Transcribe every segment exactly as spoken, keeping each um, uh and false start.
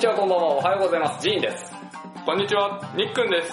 ちは、こんばんは、おはようございます。ジーンです。 こんにちは、ニックンです。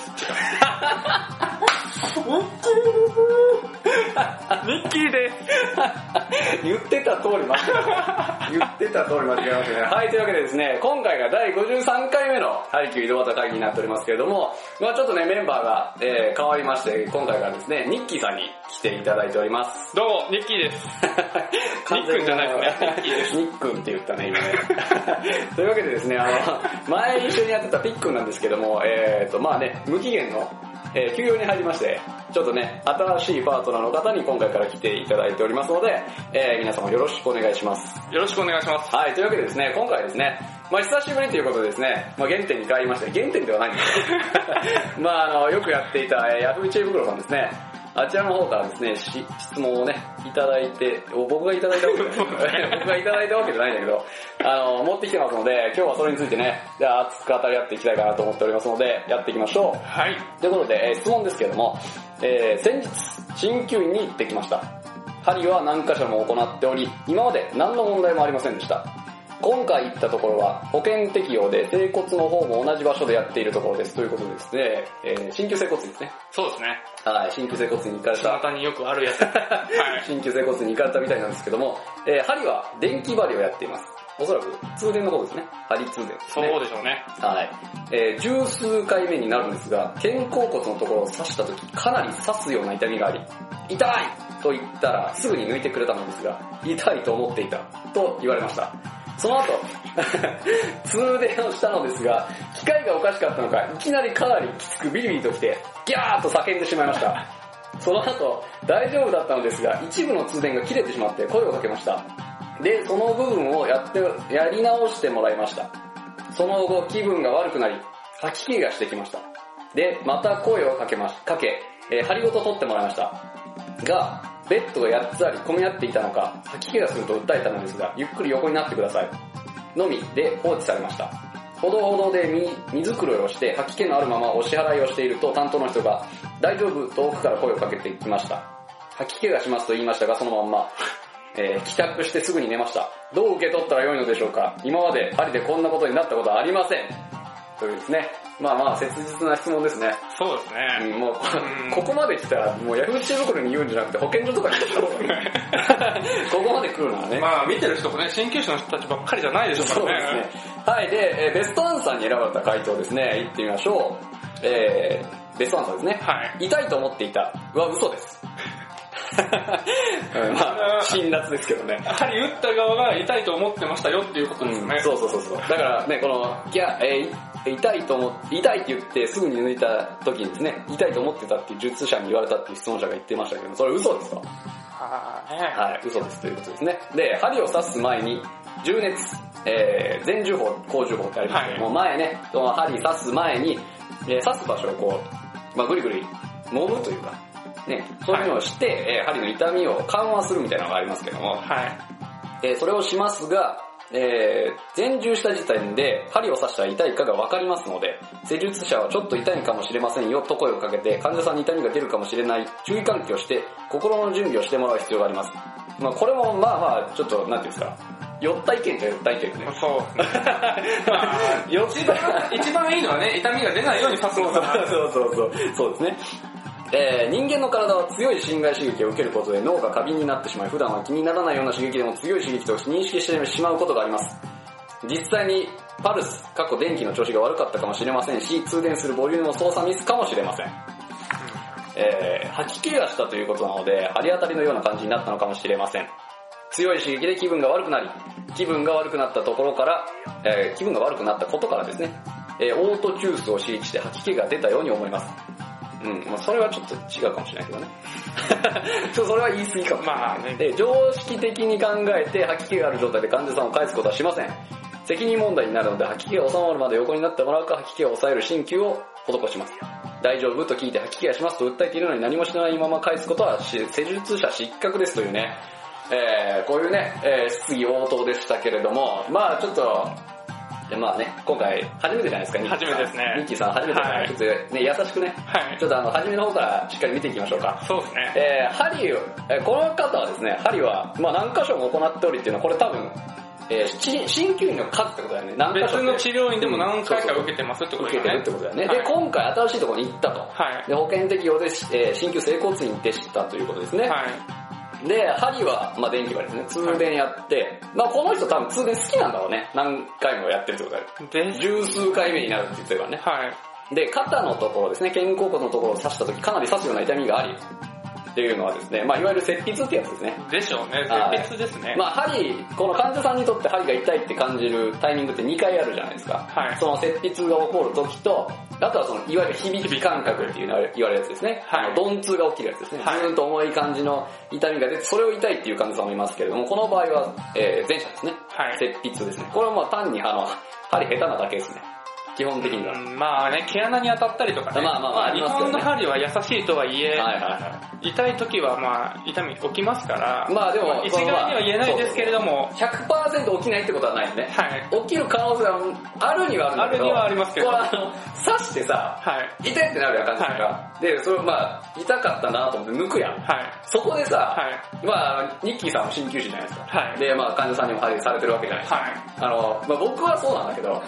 ニッキーです。 言ってた通り間違えた。言ってた通り間違えましたね。はい、というわけでですね、今回がだいごじゅうさんかいめのハリキュー井戸端会議になっておりますけれども、まあちょっとね、メンバーが、えー、変わりまして、今回からですね、ニッキーさんに来ていただいております。 どうも、ニッキーです。ニックンじゃないですね、ニッキーです。 ニックンって言ったね、今ね。というわけでですね、あの、前一緒にやってたピックンなんですけども、えーと、まあね、無期限の、えー、休養に入りまして、ちょっとね、新しいパートナーの方に今回から来ていただいておりますので、えー、皆様よろしくお願いします。 よろしくお願いします。 はい、というわけでですね、今回はですね、まあ久しぶりということでですね、まあ原点に帰りまして、原点ではないんですけど、まああの、よくやっていた、えー、ヤフー知恵袋さんですね、あちらの方からですね、し質問をね、いただいて、僕がいただいたわけじゃない僕がいただいたわけじゃないんだけど、あの、持ってきてますので、今日はそれについてね、じゃあ熱く語り合っていきたいかなと思っておりますので、やっていきましょう。 はい。 ということで、えー、質問ですけれども、えー、先日、鍼灸院に行ってきました。針は何箇所も行っており、今まで何の問題もありませんでした。今回行ったところは保険適用で整骨の方も同じ場所でやっているところですということでですね、えー、鍼灸整骨院ですね。 そうですね。 はい、鍼灸整骨院に行かれた。 巷によくあるやつ。はい。 鍼灸整骨院に行かれたみたいなんですけども、えー、針は電気針をやっています。おそらく通電の方ですね。針通電ですね。 そうでしょうね。 はい。えー、十数回目になるんですが、肩甲骨のところを刺した時かなり刺すような痛みがあり、痛いと言ったらすぐに抜いてくれたのですが、痛いと思っていたと言われました。その後、通電をしたのですが、機械がおかしかったのか、いきなりかなりきつくビリビリときて、ギャーッと叫んでしまいました。その後、大丈夫だったのですが、一部の通電が切れてしまって声をかけました。で、その部分をやって、やり直してもらいました。その後、気分が悪くなり、吐き気がしてきました。で、また声をかけまし、かけ、えー、針ごと取ってもらいました。が、ベッドがやっつあり混み合っていたのか、吐き気がすると訴えたのですが、ゆっくり横になってください。のみで放置されました。ほどほどで身づくろいをして吐き気のあるままお支払いをしていると担当の人が、大丈夫と奥から声をかけてきました。吐き気がしますと言いましたが、そのまんま、えー、帰宅してすぐに寝ました。どう受け取ったらよいのでしょうか。今まで針でこんなことになったことはありません。というですね。まあまあ切実な質問ですね。 そうですね。 うん、もうここまで来たらもうヤフー知恵袋に言うんじゃなくて保健所とかに言った方がいい。ここまで来るならね。 まあ見てる人もね、鍼灸師の人たちばっかりじゃないでしょうからね。 そうですね。はい、で、えー、ベストアンサーに選ばれた回答ですね。言ってみましょう。えー、ベストアンサーですね。 はい。 痛いと思っていたは嘘です。まあ、辛辣ですけどね。 針打った側が痛いと思ってましたよっていうことですね。 うん、そうそうそうそう。だからね、この、いや、えー、痛いと思って、痛いって言ってすぐに抜いた時にですね、痛いと思ってたっていう術者に言われたっていう質問者が言ってましたけど、それ嘘ですと。 はぁ、ね、 はい、嘘ですということですね。で、針を刺す前に、重熱、えー、前重法、後重法ってありますけども、はい、前ね、その針刺す前に、えー、刺す場所をこう、まあ、ぐりぐり揉むというか、ね、そういうのをして、はい、えー、針の痛みを緩和するみたいなのがありますけども、 はい、 えー、それをしますが、えー、前重した時点で針を刺したら痛いかが分かりますので、施術者はちょっと痛いかもしれませんよと声をかけて、患者さんに痛みが出るかもしれない注意喚起をして、心の準備をしてもらう必要があります。まあこれもまあまあ、ちょっと、なんていうんですか、酔った意見じゃ酔った意見ね。 そう。まあ、一番、一番いいのはね、痛みが出ないように刺すのかな。 そうそうそうそう。そうですね。えー、人間の体は強い心外刺激を受けることで脳が過敏になってしまい、普段は気にならないような刺激でも強い刺激と認識してしまうことがあります。実際にパルス、過去電気の調子が悪かったかもしれませんし、通電するボリュームの操作ミスかもしれません。えー、吐き気がしたということなので、針当たりのような感じになったのかもしれません。強い刺激で気分が悪くなり、気分が悪くなったところから、えー、気分が悪くなったことからですね、えー、オート急須を刺激して吐き気が出たように思います。うん、まあそれはちょっと違うかもしれないけどね。ちょっとそれは言い過ぎかもしれない。まあね、で、常識的に考えて吐き気がある状態で患者さんを返すことはしません。責任問題になるので吐き気が収まるまで横になってもらうか、吐き気を抑える鍼灸を施します。大丈夫と聞いて吐き気がしますと訴えているのに何もしないまま返すことは施術者失格ですというね、えー、こういうね、えー、質疑応答でしたけれども、まあちょっと、まあね、今回初めてじゃないですか、 初めてですね。 ニッキーさん初めてですね、はい、ちょっとね、優しくね、はい、ちょっとあの、初めの方からしっかり見ていきましょうか。 そうですね。 えー、針を、えー、この方はですね、針は、まあ何箇所も行っておりっていうのは、これ多分、 えー、鍼灸院の数ってことだよね。何か所別の治療院でも何回か受けてますってことだよね。 受けてるってことだよね。はい、で、今回新しいところに行ったと。はい、で、保険適用で、えー、鍼灸整骨院でしたということですね。はい、で、針は、まあ電気針ですね。通電やって、はい、まあこの人多分通電好きなんだろうね。何回もやってるってことだよ。で、十数回目になるって言ってるからね。はい。で、肩のところですね、肩甲骨のところを刺した時かなり刺すような痛みがあり、っていうのはですね、まあいわゆる切筆ってやつですね。 でしょうね、切筆ですね。 まあ針、この患者さんにとって針が痛いって感じるタイミングってにかいあるじゃないですか。はい。その切筆が起こる時と、あとはそのいわゆる響き感覚っていうのは言われるやつですね。はい。鈍痛が起きるやつですね。はい。ずーんと重い感じの痛みが出て、それを痛いっていう患者さんもいますけれども、この場合は、えー、前者ですね。はい。切筆ですね。これはまあ単にあの、針下手なだけですね。基本的には。 まあね、毛穴に当たったりとかね。まあまあまあ、日本の針は優しいとはいえ、はいはいはい、痛い時はまあ、痛み起きますから、まあでも、一概には言えないですけれども、 ひゃくパーセント 起きないってことはないよね。はい。起きる可能性はあるにはあるんだけど、 あるにはありますけど、 これあの、刺してさ、はい、痛いってなるやん、感じが、はい。で、それまあ、痛かったなと思って抜くやん。はい。そこでさ、はい、まあ、ニッキーさんも鍼灸師じゃないですか。はい。で、まあ、患者さんにも針されてるわけじゃないですか。はい。あの、まあ僕はそうなんだけど、はい。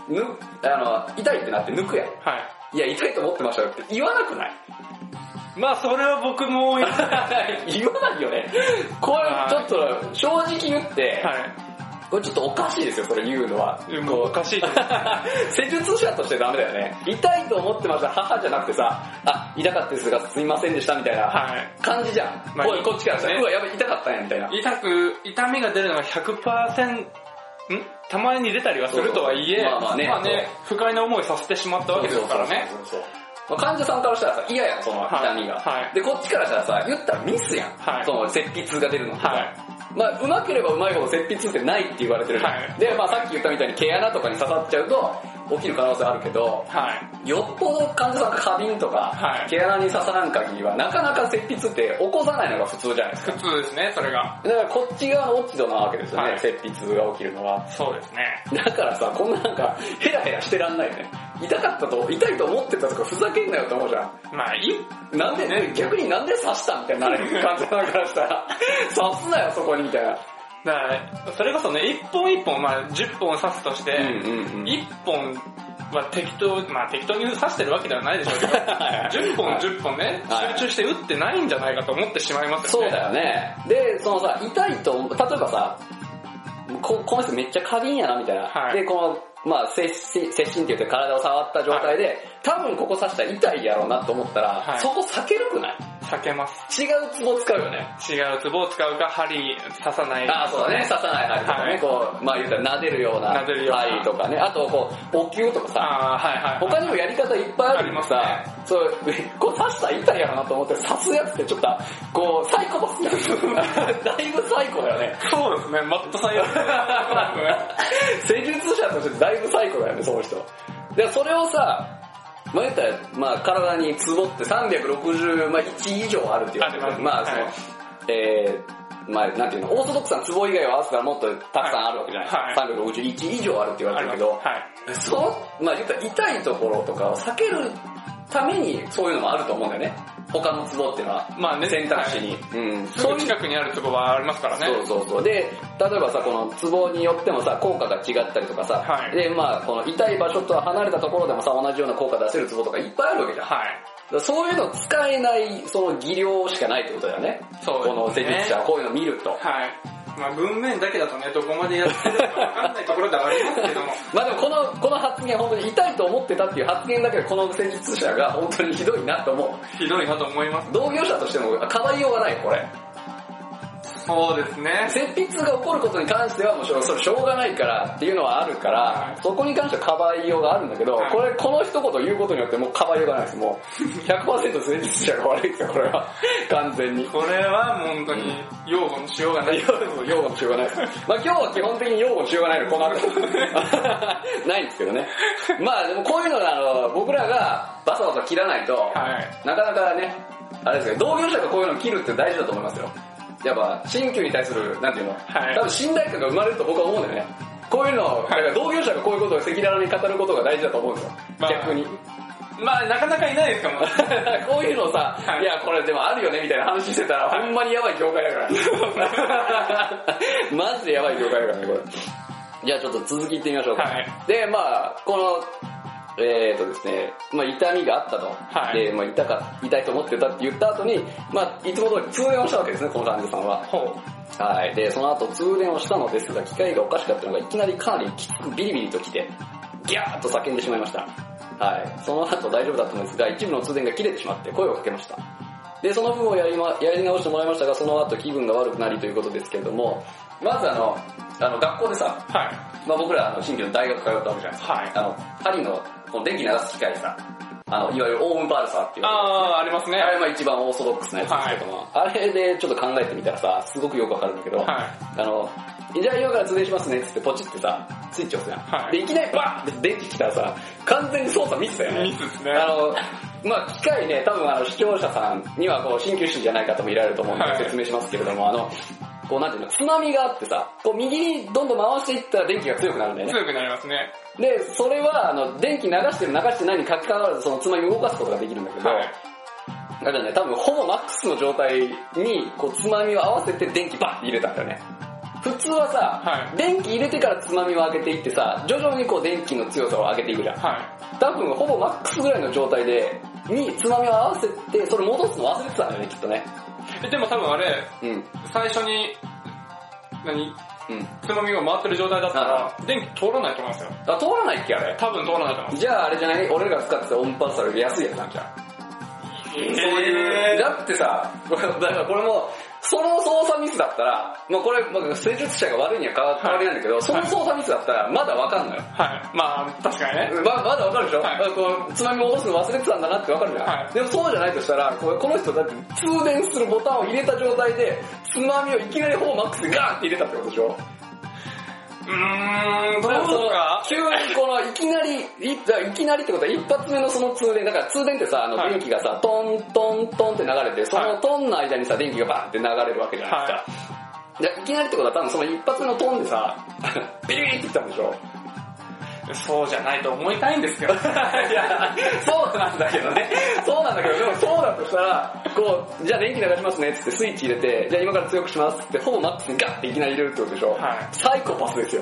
ぬ、あの、痛いってなって抜くやん。はい。いや、痛いと思ってましたよって言わなくない？ まあ、それは僕も言わないよね。これ、ちょっと、正直言って、はい。これちょっとおかしいですよ、それ言うのは。 もうおかしい。 施術者としてダメだよね。痛いと思ってました母じゃなくてさ、あ、痛かったですがすいませんでしたみたいな感じじゃん。はい、まあ、こっちからさ、ね、うわ、やばい、痛かったんやみたいな。 痛く、痛みが出るのが ひゃくパーセント、んたまに出たりはするとはいえ、まあまあね、まあね、不快な思いさせてしまったわけですからね。そうそうそうそう、患者さんからしたらさ、嫌やん、その痛みが。はいはい、で、こっちからしたらさ、言ったらミスやん。はい、その、切筆が出るのとか。はい、まあ、上手ければ上手いほど切筆ってないって言われてるじゃん。はい、で、まあさっき言ったみたいに毛穴とかに刺さっちゃうと、起きる可能性あるけど、はい、よっぽど患者さんが過敏とか、はい、毛穴に刺さらん限りは、なかなか切筆って起こさないのが普通じゃないですか。 普通ですね、それが。 だからこっち側の落ち度なわけですよね、はい、切筆が起きるのは。 そうですね。 だからさ、こんななんか、ヘラヘラしてらんないよね。痛かったと、痛いと思ってたとかふざけんなよって思うじゃん。 まあいい。 なんで、ね、逆になんで刺したみたいになる患者さんからしたら、刺すなよそこにみたいな。 だから、それこそね、一本一本、まあじゅっぽん刺すとして、うんうんうん、いっぽんは適当、まあ適当に刺してるわけではないでしょうけど、じゅっぽんじゅっぽんね、集中して打ってないんじゃないかと思ってしまいますよね。 そうだよね。で、そのさ、痛いと、例えばさ、こ, この人めっちゃ過敏やなみたいな。はい、で、この、まあ、接心って言って体を触った状態で、はい、多分ここ刺したら痛いやろうなと思ったら、はい、そこ避けるくない？ 避けます。 違うツボ使うよね。 違うツボを使うか、針刺さない。 ああ、そうだね。刺さない針とかね、はい、こう、まあ言うたら撫でるような針とかね。あと、こう、お灸とかさ、あ、はいはいはい、他にもやり方いっぱいあるけどさ、ね、そう、こう刺したら痛いやろなと思って刺すやつってちょっと、こう、サイコパスやん。だいぶサイコだよね。 そうですね、マットサイコ。 施術者としてだいぶサイコだよね、その人。で、それをさ、まあ言ったら、まあ体にツボってさんびゃくろくじゅういち以上あるって言われてる。まあその、はい、えー、まあなんていうの、オーソドックスなツボ以外を合わせたらもっとたくさんあるわけじゃないですか。はい、さんびゃくろくじゅういち以上あるって言われてるけど、はい、その、まあ言ったら痛いところとかを避けるためにそういうのもあると思うんだよね。他のツボっていうのは、まあね、選択肢に、 はい、うん、そういう近くにあるツボはありますからね。 そうそうそう。で、例えばさ、このツボによってもさ、効果が違ったりとかさ、はい、で、まあ、この痛い場所とは離れたところでもさ、同じような効果出せるツボとかいっぱいあるわけじゃん。はい。そういうの使えない、その技量しかないってことだよね。そうですね。この施術者はこういうの見ると。はい。 まあ文面だけだとね、どこまでやってるかわかんないところではありますけども。 まあでもこの、この発言本当に痛いと思ってたっていう発言だけでこの施術者が本当にひどいなと思う。 ひどいなと思います。 同業者としてもかばいようがない、これ。 そうですね。 切筆が起こることに関してはもうそれしょうがないからっていうのはあるから、はい、そこに関してはかばいようがあるんだけど、はい、これ、この一言言うことによってもうかばいようがないです。もう、ひゃくパーセント 施術者が悪いですよ、これは。完全に。 これは本当に擁護のしようがない。 擁護のしようがないです。まあ今日は基本的に擁護のしようがないの、この後。ないんですけどね。まあでもこういうのがあの、僕らがバサバサ切らないと、はい、なかなかね、あれですけど、同業者がこういうのを切るって大事だと思いますよ。やっぱ、新旧に対する、なんていうの、はい、多分信頼感が生まれると僕は思うんだよね。こういうのを、だから同業者がこういうことを赤裸々に語ることが大事だと思うんですよ。まあ、逆に。 まあなかなかいないですかもこういうのさ、はい、いやこれでもあるよねみたいな話してたら、はい、ほんまにやばい業界だからマジでやばい業界だからねこれ。じゃあちょっと続きいってみましょうか、はい、でまあこのえーとですね、まあ痛みがあったと、はい、でまあ痛か痛いと思ってたって言った後に、まあいつも通り通電をしたわけですねこの患者さんは。ほう。はい。でその後通電をしたのですが、機械がおかしかったのがいきなりかなりきつくビリビリときてギャーッと叫んでしまいました。はい。その後大丈夫だったのですが、一部の通電が切れてしまって声をかけました。でその分をやり、ま、やり直してもらいましたが、その後気分が悪くなりということですけれども、まずあのあの学校でさ、はい、まあ僕らあの新規の大学通ったわけじゃないですか。はい。あの針のこの電気流す機械さ、あのいわゆるオームパルサーっていう、ね、 ああありますね。 あれまあ一番オーソドックスなやつですけども、はい、あれでちょっと考えてみたらさ、すごくよくわかるんだけど、はい、あのじゃあ今から通電しますねっつってポチってさスイッチ押すやん、はい、でいきなりバーンって電気来たらさ、完全に操作ミスだよね。 ミスですね。 あのまあ機械ね、多分あの視聴者さんにはこう鍼灸師じゃない方もいられると思うんで説明しますけれども、はい、あのこうなんていうの、つまみがあってさ、こう右にどんどん回していったら電気が強くなるんだよね。 強くなりますね。 で、それはあの電気流してる流してないにかかわらずそのつまみを動かすことができるんだけど、はい、だからね、多分ほぼマックスの状態にこうつまみを合わせて電気バッて入れたんだよね。普通はさ、はい、電気入れてからつまみを上げていってさ、徐々にこう電気の強さを上げていくじゃん。はい、多分ほぼマックスぐらいの状態でにつまみを合わせてそれ戻すの忘れてたんだよね、きっとね。 でも多分あれ、うん、最初に何、うん、つまみが回ってる状態だったら電気通らないと思いますよ。 あ、通らないっけあれ。 多分通らないと思います。 じゃああれじゃない、俺らが使ってたオンパルサーより安いやつなんじゃん。えー、そういう、だってさ、だからこれもその操作ミスだったら、まあこれ、まあ、施術者が悪いには変わりないんだけど、はい、その操作ミスだったらまだわかんのよ。 はい。まあ確かにね。 ままだわかるでしょ、はい、こうつまみ戻すの忘れてたんだなってわかるじゃん。はい、でもそうじゃないとしたら、この人だって通電するボタンを入れた状態でつまみをいきなりほぼマックスでガーンって入れたってことでしょ。 うーん、どうですか？ 急にこのいきなり、い, いきなりってことは一発目のその通電、だから通電ってさ、あの電気がさ、はい、トントントンって流れて、そのトンの間にさ、電気がバーンって流れるわけじゃないですか。はい、でいきなりってことは多分その一発目のトンでさ、ビリビリっていったんでしょ。 そうじゃないと思いたいんですけど。いや、そうなんだけどね。そうなんだけど、でもそうだとしたら、こう、じゃあ電気流しますねっつってスイッチ入れて、じゃあ今から強くしますってほぼマックスにガッていきなり入れるってことでしょ。はい、サイコパスですよ。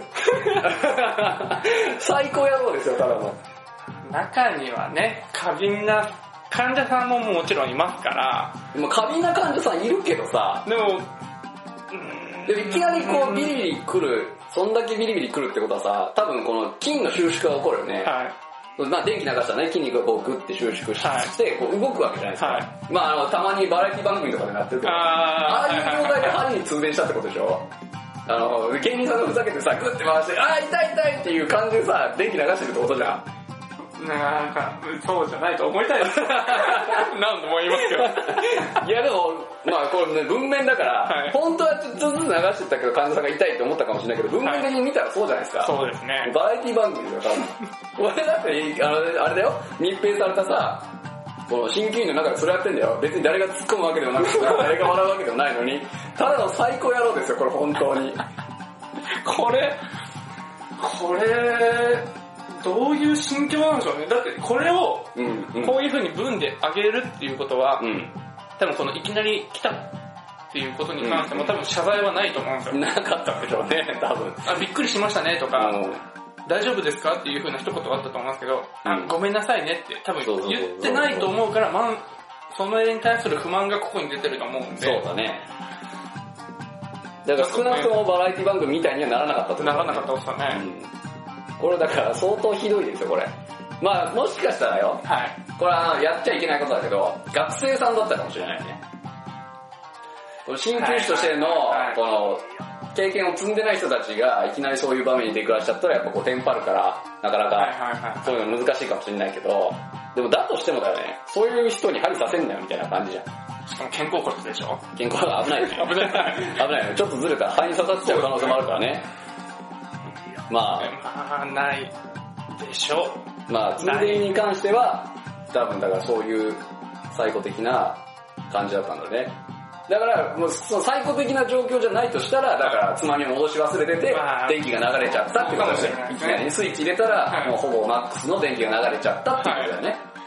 最高野郎ですよ、ただの。 中にはね、過敏な患者さんももちろんいますから。 でも過敏な患者さんいるけどさ、 でも、 でもいきなりこうビリビリ来る、そんだけビリビリ来るってことはさ、多分この筋の収縮が起こるよね。はい、まあ電気流したらね、筋肉がこうグッて収縮して、はい、こう動くわけじゃないですか。はい、まああのたまにバラエティ番組とかでなってるけど、ああいう状態で針に通電したってことでしょ。あの芸人さんがふざけてさ、グッて回して、あー痛い痛いっていう感じでさ、電気流してるってことじゃん。 なんか、そうじゃないと思いたいです。何度も言いますけど。 いやでも、まあこれね、文面だから、はい、本当はちょっとずつ流してたけど患者さんが痛いと思ったかもしれないけど、文面的に見たらそうじゃないですか。 そうですね。 バラエティ番組だよ、多分。俺だってあの、あれだよ、密閉されたさ、この鍼灸院の中でそれやってんだよ。別に誰が突っ込むわけでもなくて、誰が笑うわけでもないのに、ただの最高野郎ですよ、これ本当に。 これ、これ、どういう心境なんでしょうね。だってこれをこういう風に文で上げるっていうことは、うん、多分このいきなり来たっていうことに関しても多分謝罪はないと思うんですよ。 なかったでしょうね、多分。 あ、びっくりしましたねとか、大丈夫ですかっていう風な一言があったと思いますけど、うん、あ、ごめんなさいねって多分言ってないと思うから、まあ、その絵に対する不満がここに出てると思うんで。 そうだね。だから少なくともバラエティ番組みたいにはならなかったと思う、 ね。ならなかったですよね。うんこれだから相当ひどいですよこれ。まあもしかしたらよ、はい、これはやっちゃいけないことだけど学生さんだったかもしれないね。この鍼灸師としてのこの経験を積んでない人たちがいきなりそういう場面に出くわしちゃったらやっぱこうテンパるからなかなかそういうの難しいかもしれないけど、でもだとしてもだよね、そういう人に針刺せんなよみたいな感じじゃん。 しかも肩甲骨でしょ。 肩甲骨危ないよね。危ない危ないよ。ちょっとずれたら針に刺さっちゃう可能性もあるからね。まあ、まあ、ないでしょう。まあ、通電に関しては、多分だからそういう最古的な感じだったんだね。だから、もうその最古的な状況じゃないとしたら、だからつまみを戻し忘れてて、電気が流れちゃったってことですよ。いきなりスイッチ入れたら、もうほぼマックスの電気が流れちゃったってことだよね。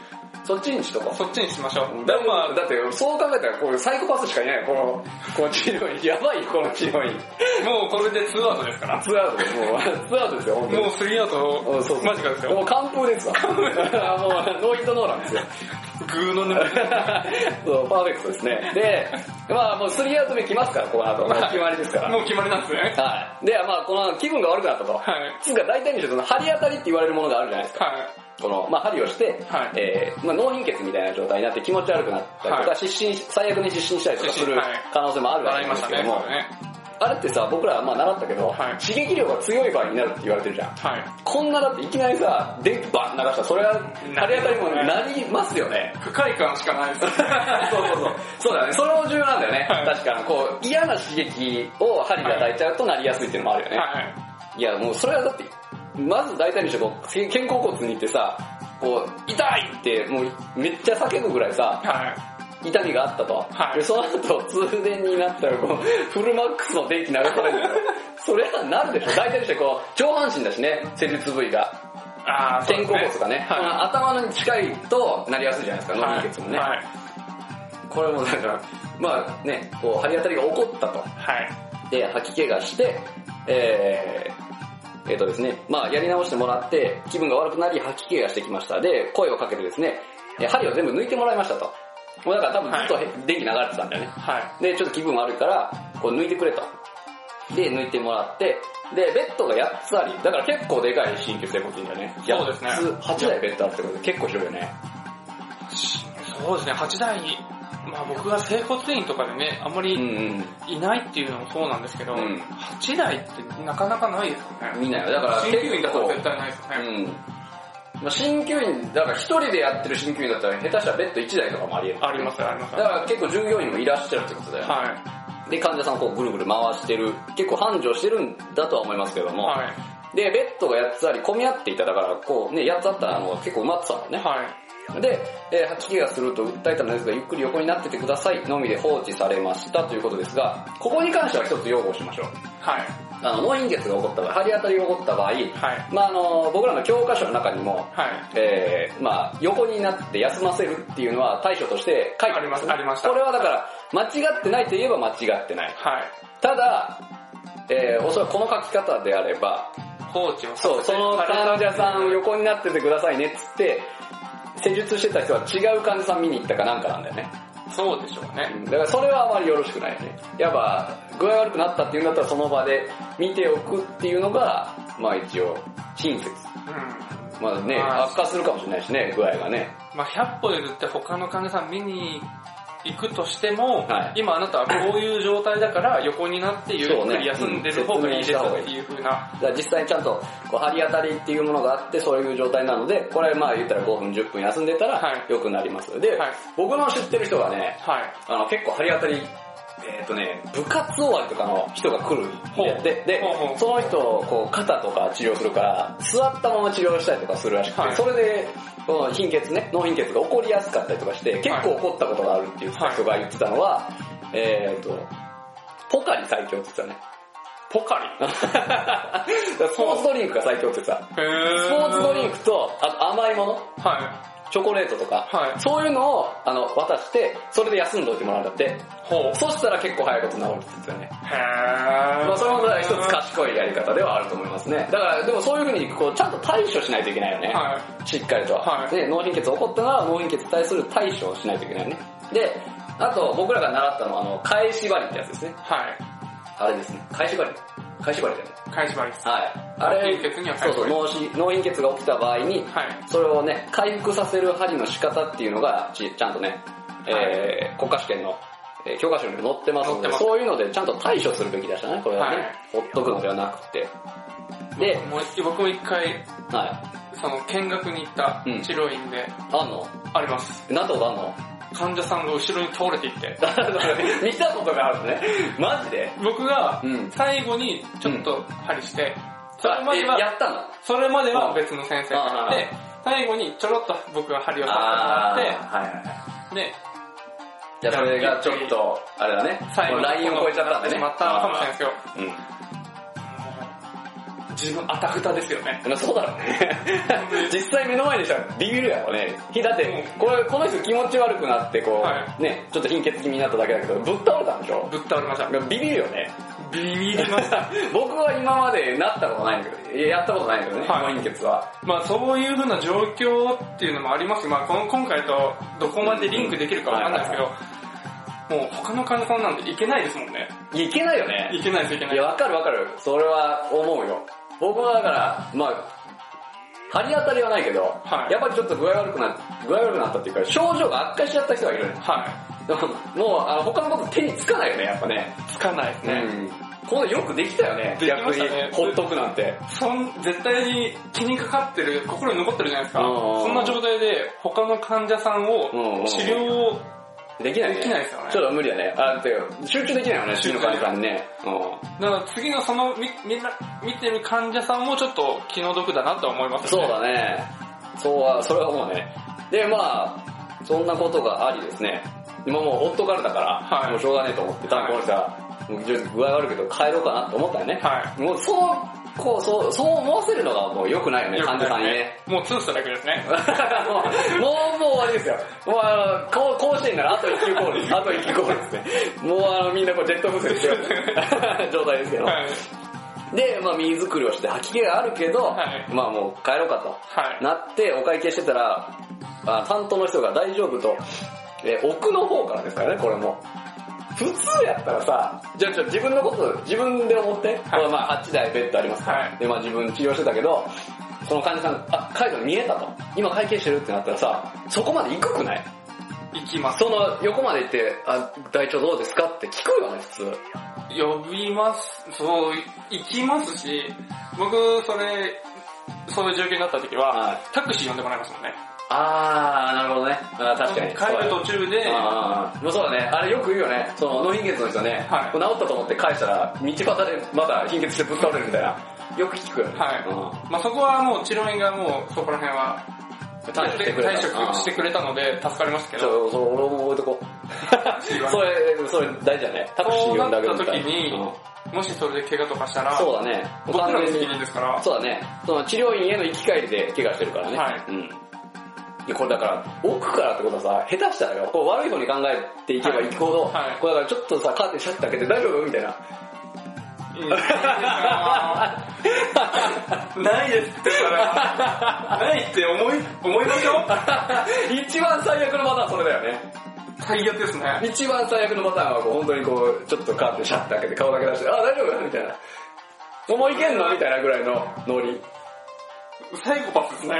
そっちにしとこう。 そっちにしましょう。 だって、まあ、だってそう考えたらこうサイコパスしかいないよ、この、この治療院。やばいよ、この治療院。 もうこれでツーアウトですから。 ツーアウトです、もう。ツーアウトですよ、本当に。 もうスリーアウト、そうマジかですよ。 もう完封ですわ。もうノーヒットノーランですよ。 グーのね。 そう、パーフェクトですね。で、まあもうスリーアウト目来ますから、この後。もう決まりですから。 もう決まりなんですね。 はい。で、まあこの気分が悪くなったと。はい。つうか大体にしてその針当たりって言われるものがあるじゃないですか。はい。この、まあ針をして、はい、えー、まあ脳貧血みたいな状態になって気持ち悪くなったりとか、はい、失神、最悪に失神したりとかする可能性もあるわけなんですけども、あれってさ、僕らはまあ習ったけど、はい、刺激量が強い場合になるって言われてるじゃん。はい、こんなだっていきなりさ、電気バン流したらそれは針当たりもなりますよね。 不快感しかないです。そうそうそう。そうだよね。それも重要なんだよね。はい、確かに。こう、嫌な刺激を針で与えちゃうとなりやすいっていうのもあるよね。はい、いや、もうそれはだって、まず大体にしてこう、肩甲骨に行ってさ、こう、痛いってもうめっちゃ叫ぶぐらいさ、はい痛みがあったと。はい、で、その後、通電になったら、こう、フルマックスの電気流されるんだよ。それはなるでしょ。大体にしてこう、上半身だしね、施術部位が。あ肩甲骨がね、はい、頭に近いとなりやすいじゃないですか、脳貧血もね。はい、これもだから、まあね、こう、針当たりが起こったと。はい、で、吐き気がして、えー、えっ、ー、とですね、まあやり直してもらって、気分が悪くなり吐き気がしてきました。で、声をかけてですね、針を全部抜いてもらいましたと。もうだから多分ずっと電気流れてたんだよね。はい、で、ちょっと気分悪いから、こう抜いてくれと。で、抜いてもらって、で、ベッドがやっつあり、だから結構でかい鍼灸整骨院だよね。 そうですね。 はちだいベッドあるってことで結構広いよね。 そうですね、はちだい、まあ僕が整骨院とかでね、あんまりいないっていうのもそうなんですけど、うん、はちだいってなかなかないですよね。 見ないよ。だから、 鍼灸院だと絶対ないですよね。うんまあ、鍼灸院、だから一人でやってる鍼灸院だったら下手したらベッドいちだいとかもあり得る。 ありますあります。 だから結構従業員もいらっしゃるってことだよ。はい。で、患者さんをこうぐるぐる回してる、結構繁盛してるんだとは思いますけども、はい。で、ベッドがやっつあり、混み合っていた、だからこうね、やっつあったらもう結構埋まってたのね。はい。で、えー、吐き気がすると訴えたのですが、ゆっくり横になっててくださいのみで放置されましたということですが、ここに関しては一つ擁護しましょう。はい。あの、脳貧血が起こった場合、針当たりが起こった場合、はい、まああの、僕らの教科書の中にも、はい、えー、まあ横になって休ませるっていうのは対処として書いてあります、ね。ありました。これはだから、間違ってないといえば間違ってない。はい。ただ、えー、おそらくこの書き方であれば、 放置をそう、その患者さん横になっててくださいねっつって、施術してた人は違う患者さん見に行ったかなんかなんだよね。 そうでしょうね。 だからそれはあまりよろしくないよね。やっぱ、具合悪くなったっていうんだったらその場で見ておくっていうのが、まあ一応、親切。うん。まあね、まあ、悪化するかもしれないしね、具合がね。 まあひゃっぽ譲って他の患者さん見に行くとしても、はい、今あなたはこういう状態だから横になってゆっくり休んでる方がいいですっていう風な。 だから実際にちゃんとこう針当たりっていうものがあってそういう状態なので、これまあ言ったらごふんじゅっぷん休んでたら良くなります。で、はい、僕の知ってる人がね、はい、あの結構針当たり、えっ、ー、とね、部活終わりとかの人が来るんで、で、その人をこう肩とか治療するから、座ったまま治療したりとかするらしくて、はい、それで、この貧血ね、脳貧血が起こりやすかったりとかして、結構起こったことがあるって言った人が言ってたのは、はい、えっ、ー、と、ポカリ最強って言ってたね。 ポカリスポーツドリンクが最強って言ってた。スポーツドリンクと、あと甘いもの。はい。チョコレートとか、はい、そういうのをあの渡して、それで休んでおいてもらうんだって。ほう。そしたら結構早いこと治るって言ってたよね。へー。まあそれも一つ賢いやり方ではあると思いますね。だからでもそういう風にこうちゃんと対処しないといけないよね。はい。しっかりと。はい。で、脳貧血起こったなら脳貧血に対する対処をしないといけないよね。で、あと僕らが習ったのはあの、返し針ってやつですね。はい。あれですね。返し針。返し針だよね。 返し針です。 はい。あれ、 脳貧血にはそうそう、脳し脳貧血が起きた場合に、はい、それをね、回復させる針の仕方っていうのが、ち, ちゃんとね、はい、えー、国家試験の、えー、教科書に載ってますので、そういうのでちゃんと対処するべきでしたね、これはね。はい、ほっとくのではなくて。 で、もう僕も一回、はい、その見学に行った治療院で、 うん、あんのあります。 なんとかあんの患者さんが後ろに倒れていって。 見たことがあるね。マジで僕が最後にちょっと針して、うん、それまでは、 やったのそれまでは別の先生がいて、最後にちょろっと僕が針をさせてもらって、はいはい、で、 じゃあそれがちょっと、あれだね、最後ラインを超えちゃったんでね。 しまったのかもしれないですけど、 自分あたふたですよね。 そうだろうね。実際目の前にしたらビビるやろね。だって、これ、この人気持ち悪くなって、こう、はい、ね、ちょっと貧血気味になっただけだけど、ぶっ倒れたんでしょ？ ぶっ倒れました。 ビビるよね。 ビビりました。 僕は今までなったことないんだけど、やったことないんだけどね、はい、貧血は。 まあそういう風な状況っていうのもあります。まあこの今回とどこまでリンクできるかわかんないですけど、もう他の患者さんなんていけないですもんね。 いけないよね。 いけないです、いけない。 いや、わかるわかる。それは思うよ。僕はだから、まあ、張り当たりはないけど、はい、やっぱりちょっと具合悪くなっ具合悪くなったっていうか、症状が悪化しちゃった人がいる。 はい。 もう、あの、他のこと手につかないよね、やっぱね。 つかないですね。うん。 このよくできたよね、 できましたね、 逆にほっとくなんて。 そん、絶対に気にかかってる、心に残ってるじゃないですか。そんな状態で他の患者さんを治療をできないね。 できないですよね。 ちょっと無理だね。あ、って集中できないよね、次の患者さんにね。 うん。だから次のその、み、みんな、見てる患者さんもちょっと気の毒だなと思いますね。 そうだね。そうは、それはもうね。で、まあ、そんなことがありですね。今もうほっとかれたから、はい、もうしょうがねえと思って、多分この人は、もう具合悪いけど帰ろうかなと思ったよね。はい。もうそう、こう、そう、そう思わせるのがもう良くないよね、患者さんにね。 もうツーストライクですね。 もう、もう、もう終わりですよ。もうあの、こう、甲子園ならあといっきゅうゴールです。あといっきゅうゴールですね。もうあの、みんなこうジェット風船してる状態ですけど。はい、で、まあ身作りをして吐き気があるけど、はい、まあもう帰ろうかと、はい、なってお会計してたら、あ担当の人が大丈夫と、え奥の方からですからね、これも。普通やったらさ、じゃあちょ自分のこと自分で思って、はい、まあはちだいベッドありますから、はい、でまあ自分治療してたけど、その患者さん、あ、介護見えたと。今会計してるってなったらさ、そこまで行くくない？ 行きます。 その横まで行って、あ、大腸どうですかって聞くよね、普通。 呼びます、そう、行きますし、僕、それ、そういう状況になった時は、はい、タクシー呼んでもらいますもんね。 あー、なるほどね。あ確かに。 帰る途中で、 あもうそうだね。あれよく言うよね。その脳貧血の人ね、はい、治ったと思って返したら、道端でまだ貧血してぶっ倒れるみたいな。よく聞くよね。 はい。うん、まあそこはもう治療院がもうそこら辺は、対処してくれた。対処してくれたので助かりましたけど。 そう、そう、俺も覚えとこう。それ、それ大事だね。タクシー呼んであげるみたいな。 そうなった時に、うん、もしそれで怪我とかしたら、 そうだね。 僕らの責任ですから。 そうだね。その治療院への行き帰りで怪我してるからね。はい。うん。これだから、奥からってことはさ、下手したらよ、こう悪い方に考えていけばいくほど、はいはい、これだからちょっとさ、カーテンシャッて開けて大丈夫みたいな。 ないですってそれは。ないって思い、思いましょう一番最悪のパターンそれだよね。 最悪ですね。 一番最悪のパターンはこう本当にこう、ちょっとカーテンシャッて開けて顔だけ出して、あ、大丈夫みたいな。もういけんのみたいなぐらいのノリ。 サイコパスですね。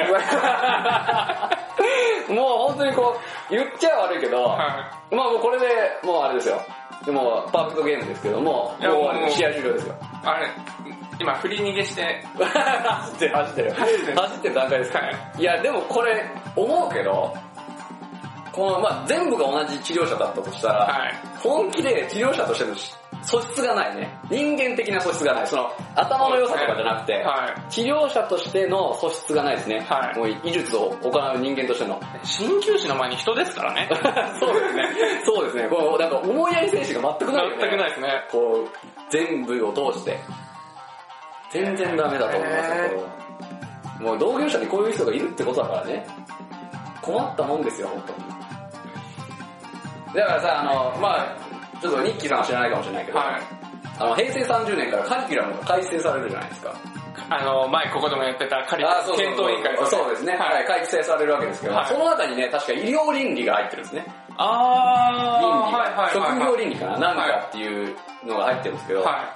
もう本当にこう、言っちゃ悪いけど、はい、まあもうこれで、もうあれですよ。でもパーフェクトゲームですけども、もう試合終了ですよ。 あれ、今振り逃げして。 走ってる、走ってる。走ってる段階ですか、はい、いやでもこれ、思うけど、この、まあ全部が同じ治療者だったとしたら、はい、本気で治療者としての素質がないね。人間的な素質がない。その、頭の良さとかじゃなくて、ねはい、治療者としての素質がないですね。はい、もう医術を行う人間としての。 鍼灸師の前に人ですからね。 そうですね。そうですね。こう、なんか思いやり精神が全くないよね。 全くないですね。 こう、全部を通して。全然ダメだと思いますよ。もう同業者にこういう人がいるってことだからね。困ったもんですよ、本当に。だからさ、あの、まあちょっとニッキーさんは知らないかもしれないけど、はい、あの平成さんじゅうねんからカリキュラムが改正されるじゃないですか。 あの、前ここでもやってたカリキュラム検討委員会とか、ね。 そうですね。はい。改正されるわけですけど、はい、その中にね、確か医療倫理が入ってるんですね。 あー。 倫理が、はいはいはいはい、職業倫理かな、なんかっていうのが入ってるんですけど、はい、